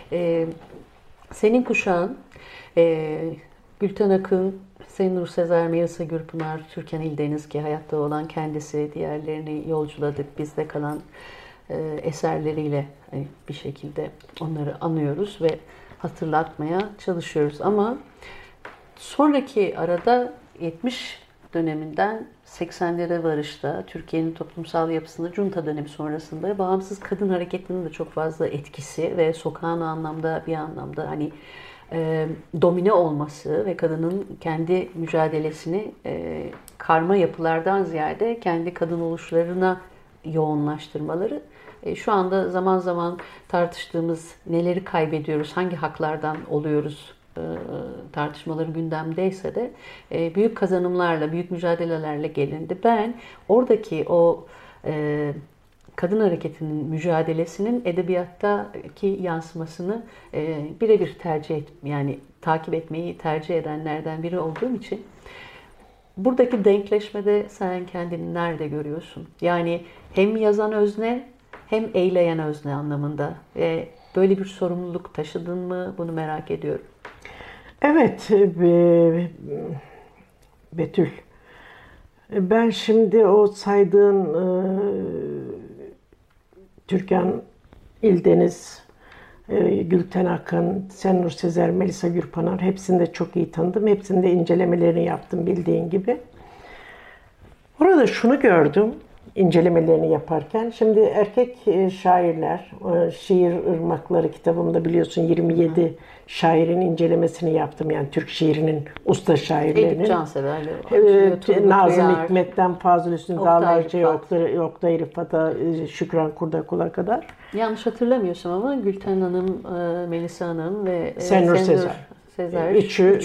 senin kuşağın Gülten Akın, Senur Sezer, Melisa Gürpınar, Türkan İldeniz ki hayatta olan kendisi, diğerlerini yolculadık, bizde kalan eserleriyle bir şekilde onları anıyoruz ve hatırlatmaya çalışıyoruz. Ama sonraki arada 70 döneminden 80'lere varışta Türkiye'nin toplumsal yapısında junta dönemi sonrasında bağımsız kadın hareketinin de çok fazla etkisi ve sokağın bir anlamda hani domine olması ve kadının kendi mücadelesini karma yapılardan ziyade kendi kadın oluşlarına yoğunlaştırmaları şu anda zaman zaman tartıştığımız neleri kaybediyoruz, hangi haklardan oluyoruz tartışmaları gündemdeyse de büyük kazanımlarla, büyük mücadelelerle gelindi. Ben oradaki o kadın hareketinin mücadelesinin edebiyattaki yansımasını birebir takip etmeyi tercih edenlerden biri olduğum için buradaki denkleşmede sen kendini nerede görüyorsun? Yani hem yazan özne hem eyleyen özne anlamında. Böyle bir sorumluluk taşıdın mı? Bunu merak ediyorum. Evet Betül. Ben şimdi o saydığın Türkan İldeniz, Gülten Akın, Senur Sezer, Melisa Gürpınar hepsini de çok iyi tanıdım. Hepsinde incelemelerini yaptım bildiğin gibi. Orada şunu gördüm incelemelerini yaparken. Şimdi erkek şairler, Şiir Irmakları kitabımda biliyorsun 27 şairin incelemesini yaptım. Yani Türk şiirinin usta şairlerinin. Edip Cansever'le. Nazım Hikmet'ten Fazıl Hüsnü Dağlarcı'ya, Oktay Rıfat'a, Şükran Kurdakul'a kadar. Yanlış hatırlamıyorsam ama Gülten Hanım, Melisa Hanım ve Senur Sezer. Üçü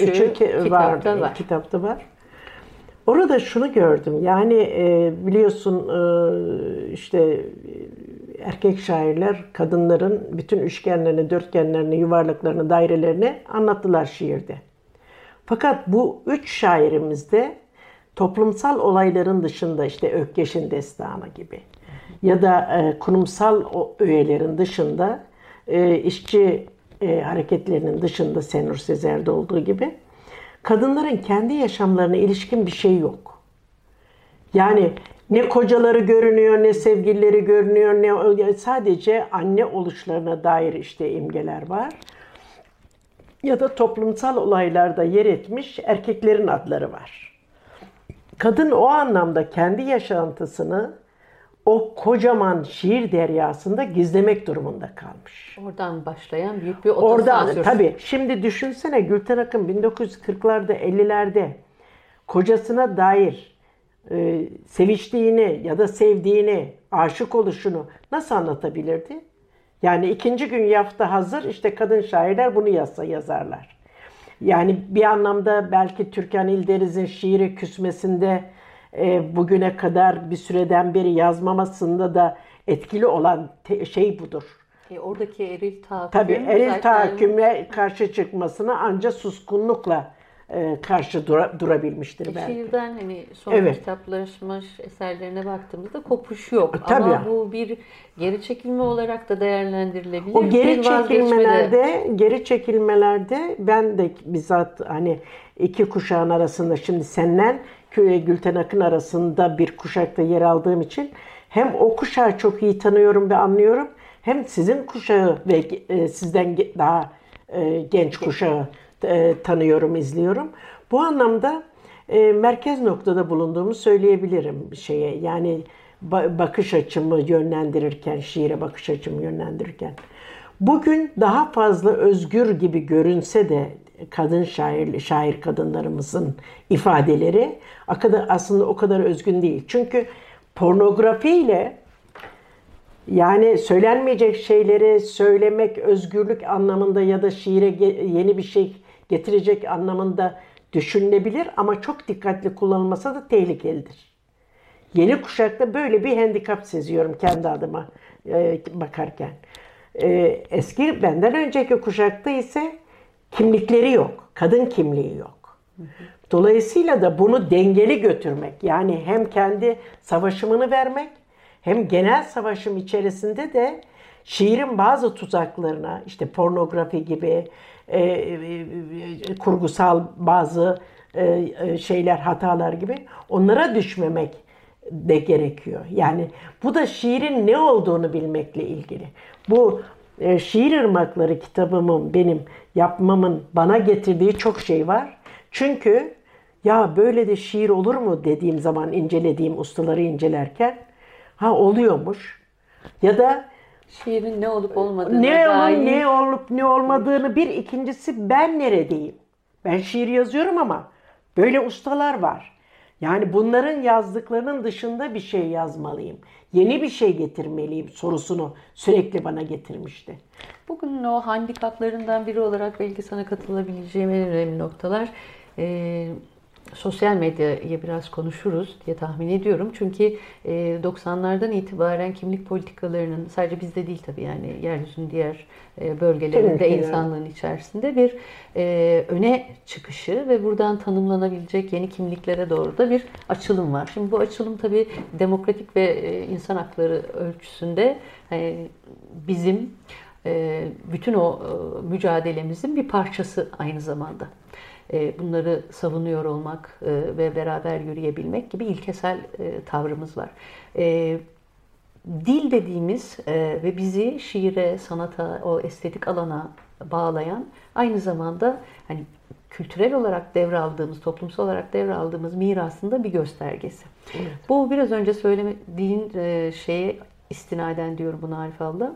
kitapta var. Orada şunu gördüm. Yani biliyorsun işte erkek şairler kadınların bütün üçgenlerini, dörtgenlerini, yuvarlaklarını, dairelerini anlattılar şiirde. Fakat bu üç şairimizde toplumsal olayların dışında işte Ökkeş'in destanı gibi ya da kurumsal öğelerin dışında işçi hareketlerinin dışında Senur Sezer'de olduğu gibi kadınların kendi yaşamlarına ilişkin bir şey yok. Yani ne kocaları görünüyor, ne sevgilileri görünüyor, sadece anne oluşlarına dair işte imgeler var. Ya da toplumsal olaylarda yer etmiş erkeklerin adları var. Kadın o anlamda kendi yaşantısını o kocaman şiir deryasında gizlemek durumunda kalmış. Oradan başlayan büyük bir otosansür. Tabii. Şimdi düşünsene Gülten Akın 1940'larda 50'lerde kocasına dair seviştiğini ya da sevdiğini, aşık oluşunu nasıl anlatabilirdi? Yani ikinci gün yafta hazır, işte kadın şairler bunu yazarlar. Yani bir anlamda belki Türkan İldeniz'in şiiri küsmesinde bugüne kadar bir süreden beri yazmamasında da etkili olan şey budur. Oradaki eril tahakküm. Tabii eril tahakkümle karşı çıkmasına ancak suskunlukla karşı durabilmiştir belki. Şiirden hani son kitaplaşmış eserlerine baktığımızda kopuş yok. Tabii. Ama bu bir geri çekilme olarak da değerlendirilebilir. O geri çekilmelerde ben de bizzat hani iki kuşağın arasında şimdi senden Gülten Akın arasında bir kuşakta yer aldığım için hem o kuşağı çok iyi tanıyorum ve anlıyorum hem sizin kuşağı ve sizden daha genç kuşağı tanıyorum, izliyorum. Bu anlamda merkez noktada bulunduğumu söyleyebilirim şeye. Yani bakış açımı yönlendirirken, şiire bakış açımı yönlendirirken. Bugün daha fazla özgür gibi görünse de kadın şair kadınlarımızın ifadeleri aslında o kadar özgün değil. Çünkü pornografiyle yani söylenmeyecek şeyleri söylemek özgürlük anlamında ya da şiire yeni bir şey getirecek anlamında düşünülebilir ama çok dikkatli kullanılmasa da tehlikelidir. Yeni kuşakta böyle bir handikap seziyorum kendi adıma bakarken. Eski benden önceki kuşakta ise kimlikleri yok. Kadın kimliği yok. Dolayısıyla da bunu dengeli götürmek, yani hem kendi savaşımını vermek hem genel savaşım içerisinde de şiirin bazı tuzaklarına, işte pornografi gibi kurgusal bazı şeyler, hatalar gibi onlara düşmemek de gerekiyor. Yani bu da şiirin ne olduğunu bilmekle ilgili. Bu Şiir Irmakları kitabımın benim yapmamın bana getirdiği çok şey var. Çünkü ya böyle de şiir olur mu dediğim zaman, incelediğim ustaları incelerken oluyormuş. Ya da şiirin ne olup olmadığına ne olup ne olmadığını bir, ikincisi ben neredeyim? Ben şiir yazıyorum ama böyle ustalar var. Yani bunların yazdıklarının dışında bir şey yazmalıyım. Yeni bir şey getirmeliyim sorusunu sürekli bana getirmişti. Bugünün o handikaplarından biri olarak belki sana katılabileceğim en önemli noktalar sosyal medyayı biraz konuşuruz diye tahmin ediyorum. Çünkü 90'lardan itibaren kimlik politikalarının, sadece bizde değil tabii, yani yeryüzünün diğer bölgelerinde, insanlığın içerisinde bir öne çıkışı ve buradan tanımlanabilecek yeni kimliklere doğru da bir açılım var. Şimdi bu açılım tabii demokratik ve insan hakları ölçüsünde bizim bütün o mücadelemizin bir parçası aynı zamanda. Bunları savunuyor olmak ve beraber yürüyebilmek gibi ilkesel tavrımız var. Dil dediğimiz ve bizi şiire, sanata, o estetik alana bağlayan, aynı zamanda hani kültürel olarak devraldığımız, toplumsal olarak devraldığımız mirasında bir göstergesi. Evet. Bu biraz önce söylediğin şeye istinaden diyorum bunu Arif abla.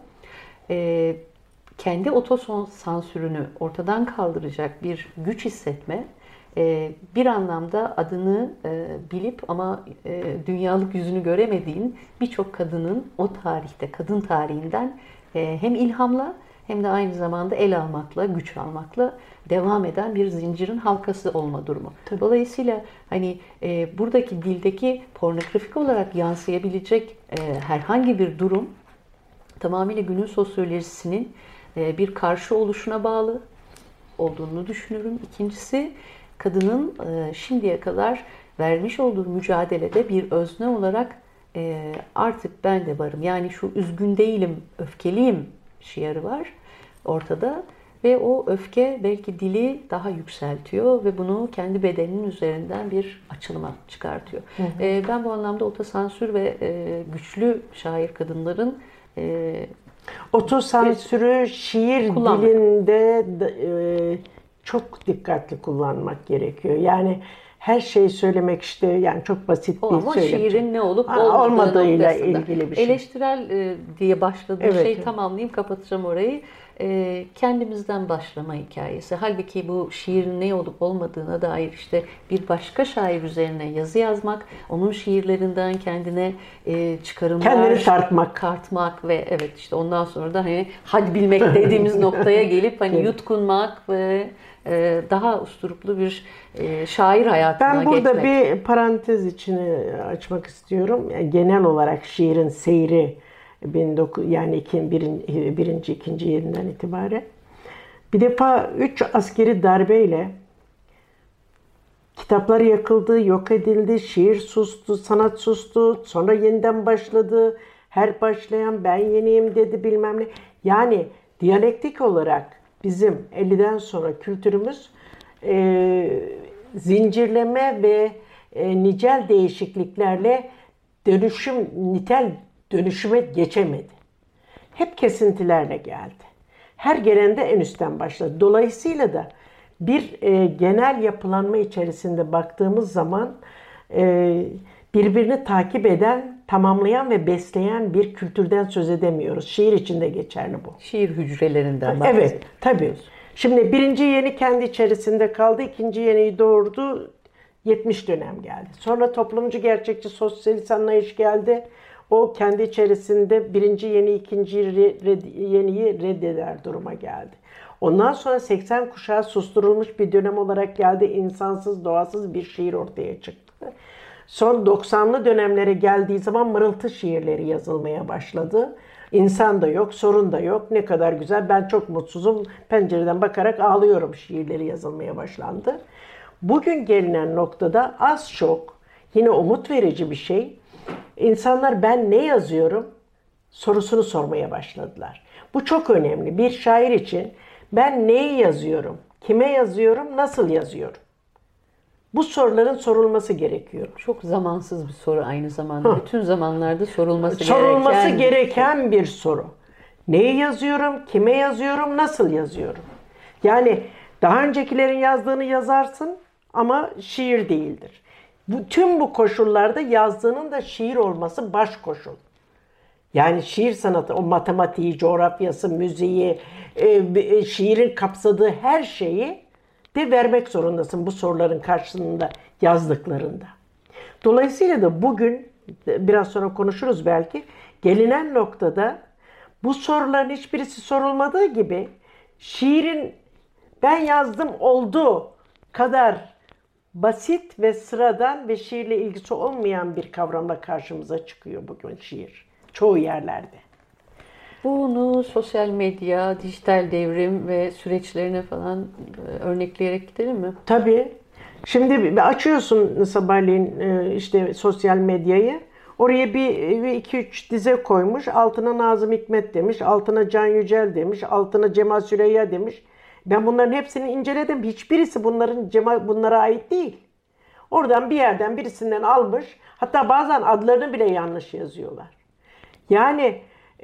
Kendi otosansürünü ortadan kaldıracak bir güç hissetme, bir anlamda adını bilip ama dünyalık yüzünü göremediğin birçok kadının o tarihte, kadın tarihinden hem ilhamla hem de aynı zamanda el almakla, güç almakla devam eden bir zincirin halkası olma durumu. Tabii. Dolayısıyla hani buradaki dildeki pornografik olarak yansıyabilecek herhangi bir durum tamamıyla günün sosyolojisinin bir karşı oluşuna bağlı olduğunu düşünürüm. İkincisi, kadının şimdiye kadar vermiş olduğu mücadelede bir özne olarak artık ben de varım. Yani şu üzgün değilim, öfkeliyim şiarı var ortada ve o öfke belki dili daha yükseltiyor ve bunu kendi bedeninin üzerinden bir açılıma çıkartıyor. Hı hı. Ben bu anlamda otosansür ve güçlü şair kadınların otosansürü şiir dilinde çok dikkatli kullanmak gerekiyor. Yani her şeyi söylemek işte, yani çok basit bir ama şiirin ne olup olmadığıyla ilgili bir şey. Eleştirel diye başladığım şeyi tamamlayayım, kapatacağım orayı. Kendimizden başlama hikayesi. Halbuki bu şiirin ne olup olmadığına dair işte bir başka şair üzerine yazı yazmak, onun şiirlerinden kendine çıkarımlar, kendini tartmak ve evet işte ondan sonra da hani had bilmek dediğimiz noktaya gelip hani yutkunmak ve daha usturuplu bir şair hayatına geçmek. Ben burada bir parantez içini açmak istiyorum. Yani genel olarak şiirin seyri yani birinci, ikinci yerinden itibaren. Bir defa 3 askeri darbeyle kitaplar yakıldı, yok edildi, şiir sustu, sanat sustu, sonra yeniden başladı. Her başlayan ben yeniyim dedi, bilmem ne. Yani diyalektik olarak bizim 50'den sonra kültürümüz zincirleme ve nicel değişikliklerle nitel dönüşüme geçemedi. Hep kesintilerle geldi. Her gelende en üstten başladı. Dolayısıyla da bir genel yapılanma içerisinde baktığımız zaman birbirini takip eden, tamamlayan ve besleyen bir kültürden söz edemiyoruz. Şiir için de geçerli bu. Şiir hücrelerinden bahsediyoruz. Evet, tabii. Şimdi birinci yeni kendi içerisinde kaldı, ikinci yeniyi doğurdu, 70 dönem geldi. Sonra toplumcu, gerçekçi, sosyalist anlayış geldi. O kendi içerisinde birinci yeni, ikinci yeniyi reddeder duruma geldi. Ondan sonra 80 kuşağı susturulmuş bir dönem olarak geldi. İnsansız, doğasız bir şiir ortaya çıktı. Son 90'lı dönemlere geldiği zaman mırıltı şiirleri yazılmaya başladı. İnsan da yok, sorun da yok. Ne kadar güzel, ben çok mutsuzum, pencereden bakarak ağlıyorum şiirleri yazılmaya başlandı. Bugün gelinen noktada az çok yine umut verici bir şey. İnsanlar ben ne yazıyorum sorusunu sormaya başladılar. Bu çok önemli. Bir şair için ben neyi yazıyorum, kime yazıyorum, nasıl yazıyorum? Bu soruların sorulması gerekiyor. Çok zamansız bir soru aynı zamanda. Bütün zamanlarda sorulması gereken bir soru. Neyi yazıyorum, kime yazıyorum, nasıl yazıyorum? Yani daha öncekilerin yazdığını yazarsın ama şiir değildir. Tüm bu koşullarda yazdığının da şiir olması baş koşul. Yani şiir sanatı, o matematiği, coğrafyası, müziği, şiirin kapsadığı her şeyi de vermek zorundasın bu soruların karşısında yazdıklarında. Dolayısıyla da bugün, biraz sonra konuşuruz belki, gelinen noktada bu soruların hiçbirisi sorulmadığı gibi şiirin ben yazdım oldu kadar basit ve sıradan ve şiirle ilgisi olmayan bir kavramla karşımıza çıkıyor bugün şiir. Çoğu yerlerde. Bunu sosyal medya, dijital devrim ve süreçlerine falan örnekleyerek gidelim mi? Tabii. Şimdi açıyorsun sabahleyin işte sosyal medyayı. Oraya bir 2-3 dize koymuş. Altına Nazım Hikmet demiş. Altına Can Yücel demiş. Altına Cemal Süreyya demiş. Ben bunların hepsini inceledim. Hiçbirisi bunlara ait değil. Oradan bir yerden birisinden almış. Hatta bazen adlarını bile yanlış yazıyorlar. Yani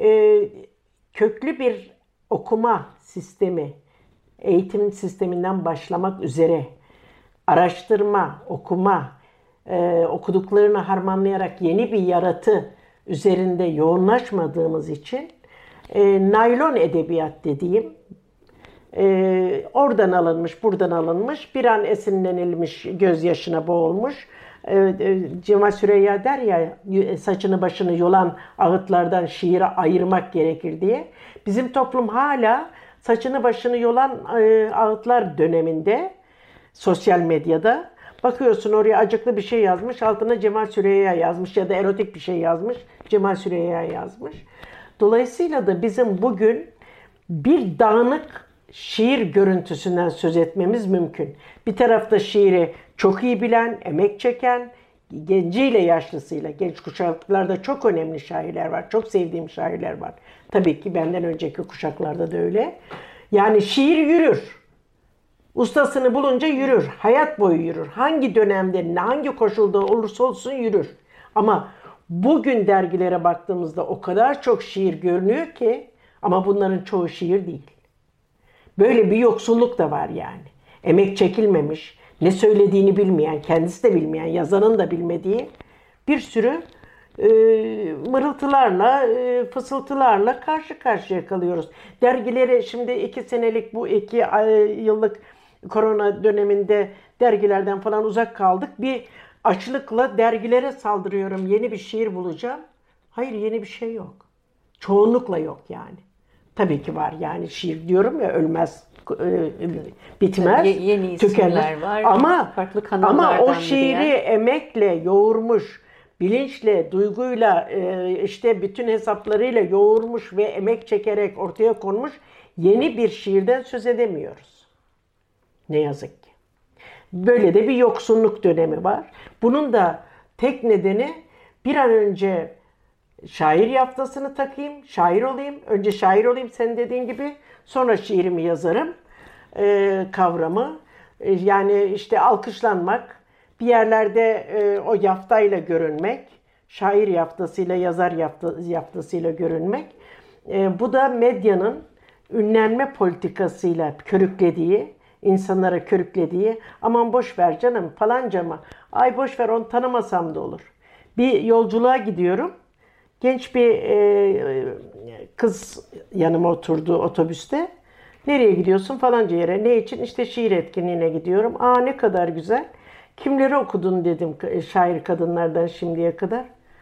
köklü bir okuma sistemi, eğitim sisteminden başlamak üzere araştırma, okuma, okuduklarını harmanlayarak yeni bir yaratı üzerinde yoğunlaşmadığımız için naylon edebiyat dediğim oradan alınmış, buradan alınmış, bir an esinlenilmiş, gözyaşına boğulmuş. Cemal Süreyya der ya, saçını başını yolan ağıtlardan şiiri ayırmak gerekir diye. Bizim toplum hala saçını başını yolan ağıtlar döneminde sosyal medyada. Bakıyorsun oraya acıklı bir şey yazmış, altına Cemal Süreyya yazmış ya da erotik bir şey yazmış, Cemal Süreyya yazmış. Dolayısıyla da bizim bugün bir dağınık şiir görüntüsünden söz etmemiz mümkün. Bir tarafta şiiri çok iyi bilen, emek çeken, genciyle yaşlısıyla, genç kuşaklarda çok önemli şairler var. Çok sevdiğim şairler var. Tabii ki benden önceki kuşaklarda da öyle. Yani şiir yürür. Ustasını bulunca yürür. Hayat boyu yürür. Hangi dönemde, hangi koşulda olursa olsun yürür. Ama bugün dergilere baktığımızda o kadar çok şiir görünüyor ki ama bunların çoğu şiir değil. Böyle bir yoksulluk da var yani. Emek çekilmemiş, ne söylediğini bilmeyen, kendisi de bilmeyen, yazanın da bilmediği bir sürü mırıltılarla, fısıltılarla karşı karşıya kalıyoruz. Dergilere şimdi 2 senelik bu 2 yıllık korona döneminde dergilerden falan uzak kaldık. Bir açlıkla dergilere saldırıyorum, yeni bir şiir bulacağım. Hayır, yeni bir şey yok. Çoğunlukla yok yani. Tabii ki var yani şiir diyorum ya, ölmez, bitmez, yeni tükenmez. var. Ama farklı kanallardan o şiiri emekle yoğurmuş, bilinçle, duyguyla, işte bütün hesaplarıyla yoğurmuş ve emek çekerek ortaya konmuş yeni bir şiirden söz edemiyoruz. Ne yazık ki. Böyle de bir yoksunluk dönemi var. Bunun da tek nedeni bir an önce şair yaftasını takayım, şair olayım. Önce şair olayım senin dediğin gibi, sonra şiirimi yazarım kavramı. Yani işte alkışlanmak, bir yerlerde o yaftayla görünmek, şair yaftasıyla, yazar yaftasıyla görünmek. Bu da medyanın ünlenme politikasıyla körüklediği, insanlara körüklediği, aman boş ver canım falanca mı, ay boş ver onu tanımasam da olur. Bir yolculuğa gidiyorum. Genç bir kız yanıma oturdu otobüste. Nereye gidiyorsun? Falanca yere. Ne için? İşte şiir etkinliğine gidiyorum. Aa, ne kadar güzel. Kimleri okudun dedim şair kadınlardan şimdiye kadar.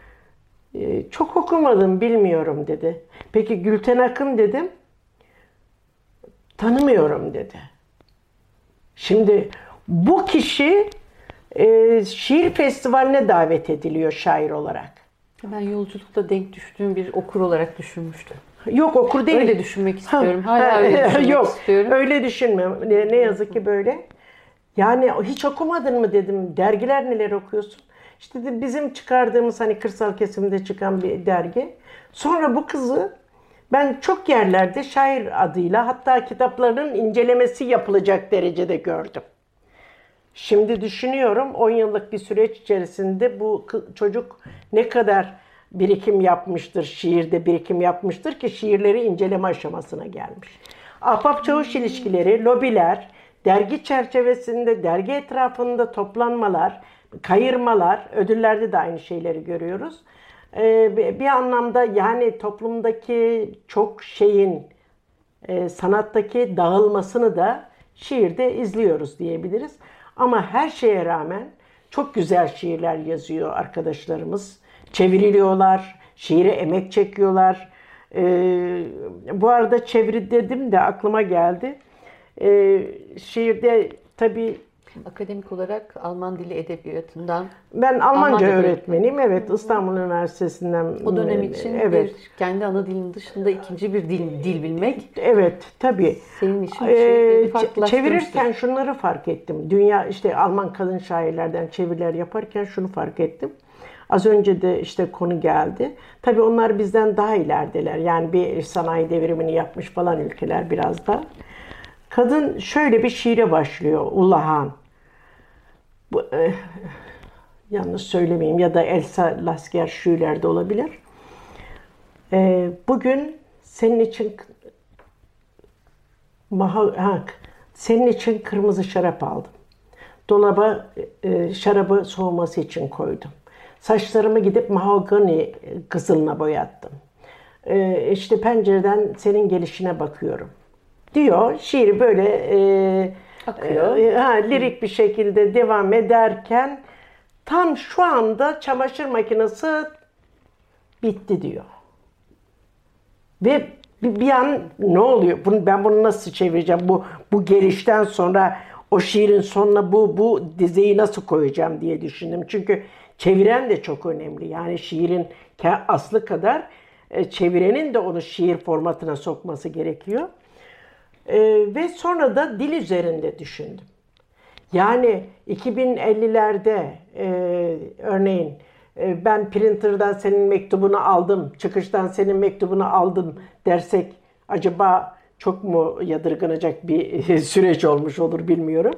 Çok okumadım, bilmiyorum dedi. Peki Gülten Akın dedim. Tanımıyorum dedi. Şimdi bu kişi şiir festivaline davet ediliyor şair olarak. Ben yolculukta denk düştüğüm bir okur olarak düşünmüştüm. Yok, okur değil. Öyle düşünmek istiyorum. Hala öyle düşünmek Yok, istiyorum. öyle düşünme. Ne yazık ki böyle. Yani hiç okumadın mı dedim. Dergiler neler okuyorsun? İşte de bizim çıkardığımız hani kırsal kesimde çıkan bir dergi. Sonra bu kızı ben çok yerlerde şair adıyla, hatta kitaplarının incelemesi yapılacak derecede gördüm. Şimdi düşünüyorum, 10 yıllık bir süreç içerisinde bu çocuk ne kadar birikim yapmıştır, şiirde birikim yapmıştır ki şiirleri inceleme aşamasına gelmiş. Ahbap-çavuş ilişkileri, lobiler, dergi çerçevesinde, dergi etrafında toplanmalar, kayırmalar, ödüllerde de aynı şeyleri görüyoruz. Bir anlamda yani toplumdaki çok şeyin, sanattaki dağılmasını da şiirde izliyoruz diyebiliriz. Ama her şeye rağmen çok güzel şiirler yazıyor arkadaşlarımız. Çevriliyorlar, şiire emek çekiyorlar. Bu arada çeviri dedim de aklıma geldi. Şiirde tabii... Akademik olarak Alman Dili Edebiyatı'ndan... Ben Almanca öğretmeniyim. Evet, İstanbul Üniversitesi'nden. O dönem için evet. Kendi ana dilin dışında ikinci bir dil bilmek. Evet, tabii. Senin için farklılaştırmıştır. Çevirirken şunları fark ettim. Dünya işte Alman kadın şairlerden çeviriler yaparken şunu fark ettim. Az önce de işte konu geldi. Tabii onlar bizden daha ilerideler. Yani bir sanayi devrimini yapmış falan ülkeler biraz da. Kadın şöyle bir şiire başlıyor. Ullahan. Yanlış söylemeyeyim ya da Elsa Lasker Schüler'de olabilir. Bugün senin için senin için kırmızı şarap aldım. Dolaba şarabı soğuması için koydum. Saçlarımı gidip mahogani kızılına boyattım. İşte pencereden senin gelişine bakıyorum diyor. Şiiri böyle akıyor. Lirik bir şekilde devam ederken tam şu anda çamaşır makinesi bitti diyor. Ve bir an ne oluyor? Ben bunu nasıl çevireceğim? Bu gelişten sonra o şiirin sonuna bu dizeyi nasıl koyacağım diye düşündüm. Çünkü çeviren de çok önemli. Yani şiirin aslı kadar çevirenin de onu şiir formatına sokması gerekiyor. Ve sonra da dil üzerinde düşündüm. Yani 2050'lerde örneğin ben printer'dan senin mektubunu aldım, çıkıştan senin mektubunu aldım dersek acaba çok mu yadırganacak bir süreç olmuş olur bilmiyorum.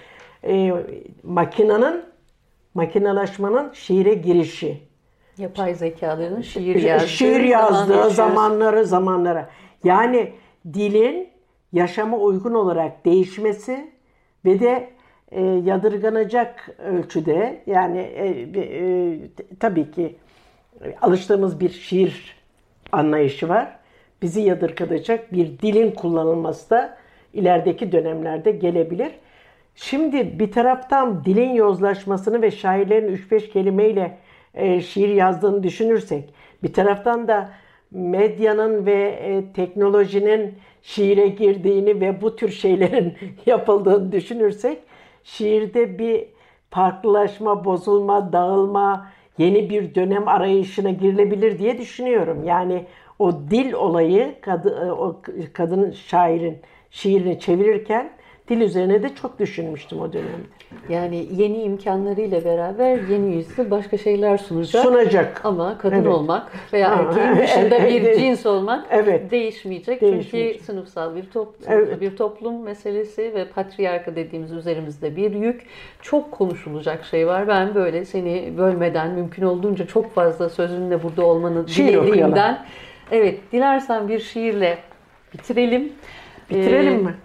Makinalaşmanın şiire girişi. Yapay zekaların şiir yazdığı zamanlara. Yani dilin yaşama uygun olarak değişmesi ve de yadırganacak ölçüde yani tabii ki alıştığımız bir şiir anlayışı var. Bizi yadırgatacak bir dilin kullanılması da ilerideki dönemlerde gelebilir. Şimdi bir taraftan dilin yozlaşmasını ve şairlerin 3-5 kelimeyle şiir yazdığını düşünürsek, bir taraftan da medyanın ve teknolojinin şiire girdiğini ve bu tür şeylerin yapıldığını düşünürsek, şiirde bir farklılaşma, bozulma, dağılma, yeni bir dönem arayışına girilebilir diye düşünüyorum. Yani o dil olayı, o kadın şairin şiirini çevirirken dil üzerine de çok düşünmüştüm o dönemde. Yani yeni imkanlarıyla beraber yeni yüzlü başka şeyler sunacak. Ama kadın olmak veya erkeğin dışında bir cins olmak değişmeyecek. Çünkü sınıfsal bir toplum meselesi ve patriarka dediğimiz üzerimizde bir yük. Çok konuşulacak şey var. Ben böyle seni bölmeden mümkün olduğunca çok fazla sözünle burada olmanı dilediğimden. Evet, dilersen bir şiirle bitirelim. Bitirelim mi?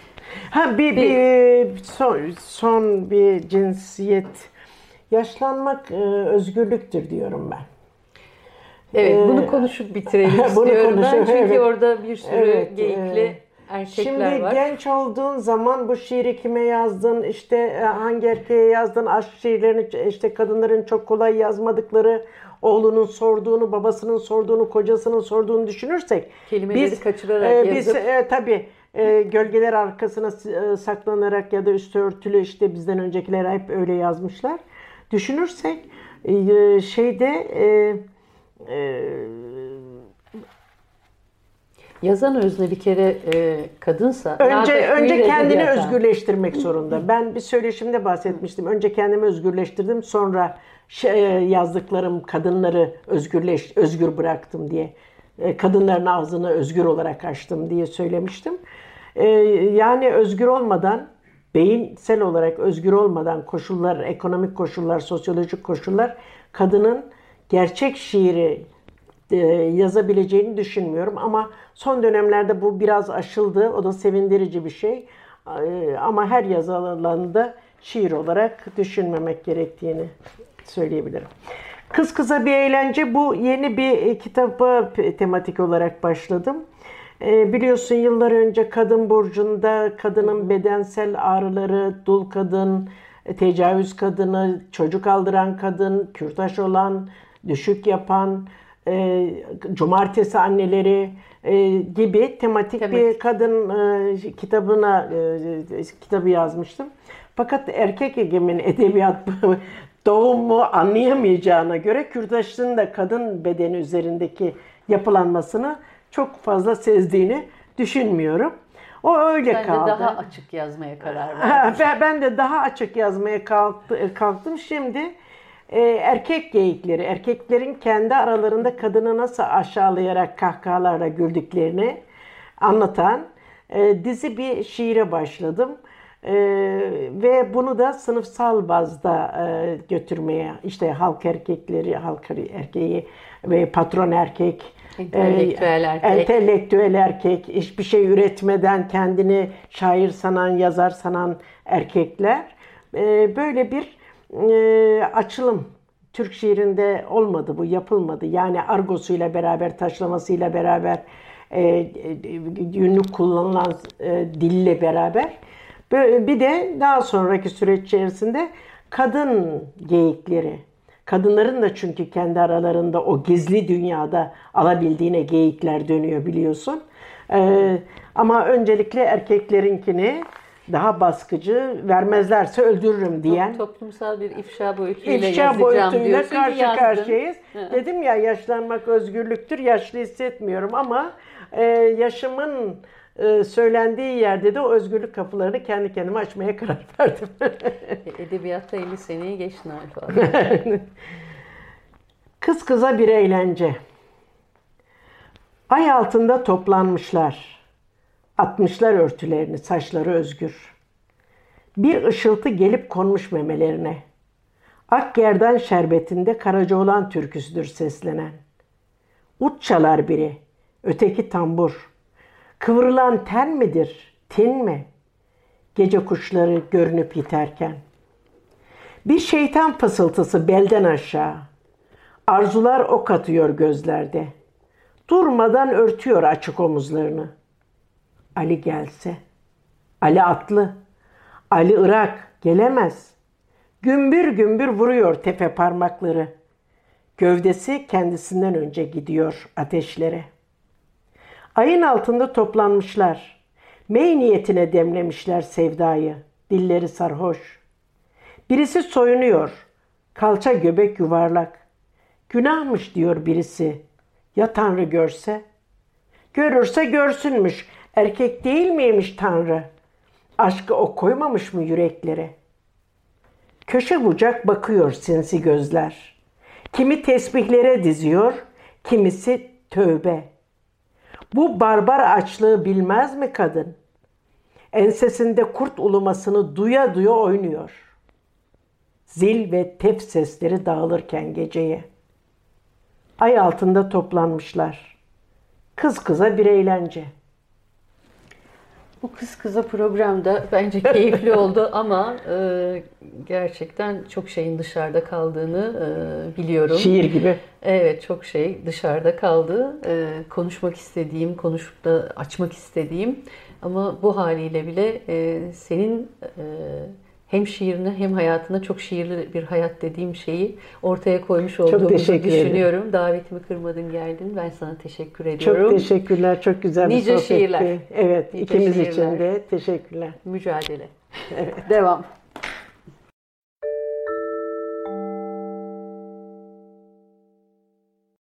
Son bir cinsiyet. Yaşlanmak özgürlüktür diyorum ben. Evet, bunu konuşup bitirelim istiyorum ben. Çünkü orada bir sürü geyikli erkekler Şimdi var. Genç olduğun zaman bu şiiri kime yazdın, işte hangi erkeğe yazdın, aşk şiirlerini işte kadınların çok kolay yazmadıkları, oğlunun sorduğunu, babasının sorduğunu, kocasının sorduğunu düşünürsek kelimeleri kaçırarak yazıp tabii gölgeler arkasına saklanarak ya da üstü örtülü, işte bizden öncekiler hep öyle yazmışlar. Düşünürsek yazan özne bir kere kadınsa önce kendini özgürleştirmek zorunda. Ben bir söyleşimde bahsetmiştim. Önce kendimi özgürleştirdim, sonra yazdıklarım kadınları özgür bıraktım diye. Kadınların ağzını özgür olarak açtım diye söylemiştim. Yani özgür olmadan, beyinsel olarak özgür olmadan koşullar, ekonomik koşullar, sosyolojik koşullar kadının gerçek şiiri yazabileceğini düşünmüyorum. Ama son dönemlerde bu biraz aşıldı. O da sevindirici bir şey. Ama her yazı alanında şiir olarak düşünmemek gerektiğini söyleyebilirim. Kız Kıza Bir Eğlence, bu yeni bir kitaba tematik olarak başladım. Biliyorsun yıllar önce Kadın Burcu'nda kadının bedensel ağrıları, dul kadın, tecavüz kadını, çocuk aldıran kadın, kürtaj olan, düşük yapan, cumartesi anneleri gibi tematik bir kadın kitabı yazmıştım. Fakat erkek egemen edebiyat doğumu anlayamayacağına göre kürtajın da kadın bedeni üzerindeki yapılanmasını çok fazla sezdiğini düşünmüyorum. O öyle kaldı. Ben de daha açık yazmaya karar verdim. Ben de daha açık yazmaya kalktım. Şimdi erkek geyikleri, erkeklerin kendi aralarında kadını nasıl aşağılayarak kahkahalarla güldüklerini anlatan dizi bir şiire başladım. Ve bunu da sınıfsal bazda götürmeye, işte halk erkekleri, halk erkeği ve patron erkek, entelektüel erkek, hiçbir şey üretmeden kendini şair sanan, yazar sanan erkekler. Böyle bir açılım Türk şiirinde olmadı, bu yapılmadı. Yani argosuyla beraber, taşlamasıyla beraber, günlük kullanılan dille beraber. Bir de daha sonraki süreç içerisinde kadın geyikleri. Kadınların da çünkü kendi aralarında o gizli dünyada alabildiğine geyikler dönüyor biliyorsun. Ama öncelikle erkeklerinkini daha baskıcı, vermezlerse öldürürüm diyen. Toplumsal bir ifşa boyutuyla yazacağım diyorsun. Karşı karşıyayız. Dedim ya, yaşlanmak özgürlüktür. Yaşlı hissetmiyorum ama yaşımın söylendiği yerde de o özgürlük kapılarını kendi kendime açmaya karar verdim. Edebiyatta 50 seneyi geçtin Arif. Kız Kıza Bir Eğlence. Ay altında toplanmışlar. Atmışlar örtülerini, saçları özgür. Bir ışıltı gelip konmuş memelerine. Akgerdan şerbetinde Karacaoğlan türküsüdür seslenen. Ut çalar biri, öteki tambur. Kıvrılan ten midir, tin mi? Gece kuşları görünüp yiterken. Bir şeytan fısıltısı belden aşağı. Arzular ok atıyor gözlerde. Durmadan örtüyor açık omuzlarını. Ali gelse. Ali atlı. Ali Irak gelemez. Gümbür gümbür vuruyor tepe parmakları. Gövdesi kendisinden önce gidiyor ateşlere. Ayın altında toplanmışlar. Mey niyetine demlemişler sevdayı. Dilleri sarhoş. Birisi soyunuyor. Kalça göbek yuvarlak. Günahmış diyor birisi. Ya Tanrı görse? Görürse görsünmüş. Erkek değil miymiş Tanrı? Aşkı o koymamış mı yüreklere? Köşe bucak bakıyor sinsi gözler. Kimi tesbihlere diziyor, kimisi tövbe. Bu barbar açlığı bilmez mi kadın? Ensesinde kurt ulumasını duya duya oynuyor. Zil ve tef sesleri dağılırken geceye. Ay altında toplanmışlar. Kız kıza bir eğlence. Bu Kız Kıza programda bence keyifli oldu ama gerçekten çok şeyin dışarıda kaldığını biliyorum. Şiir gibi. Evet, çok şey dışarıda kaldı. Konuşmak istediğim, konuşup da açmak istediğim ama bu haliyle bile senin hem şiirine hem hayatına çok şiirli bir hayat dediğim şeyi ortaya koymuş olduğumuzu düşünüyorum. Davetimi kırmadın, geldin. Ben sana teşekkür ediyorum. Çok teşekkürler. Çok güzel bir nice sohbetti. şiirler. Evet, nice ikimiz şiirler. için de teşekkürler. Mücadele. Evet. Devam.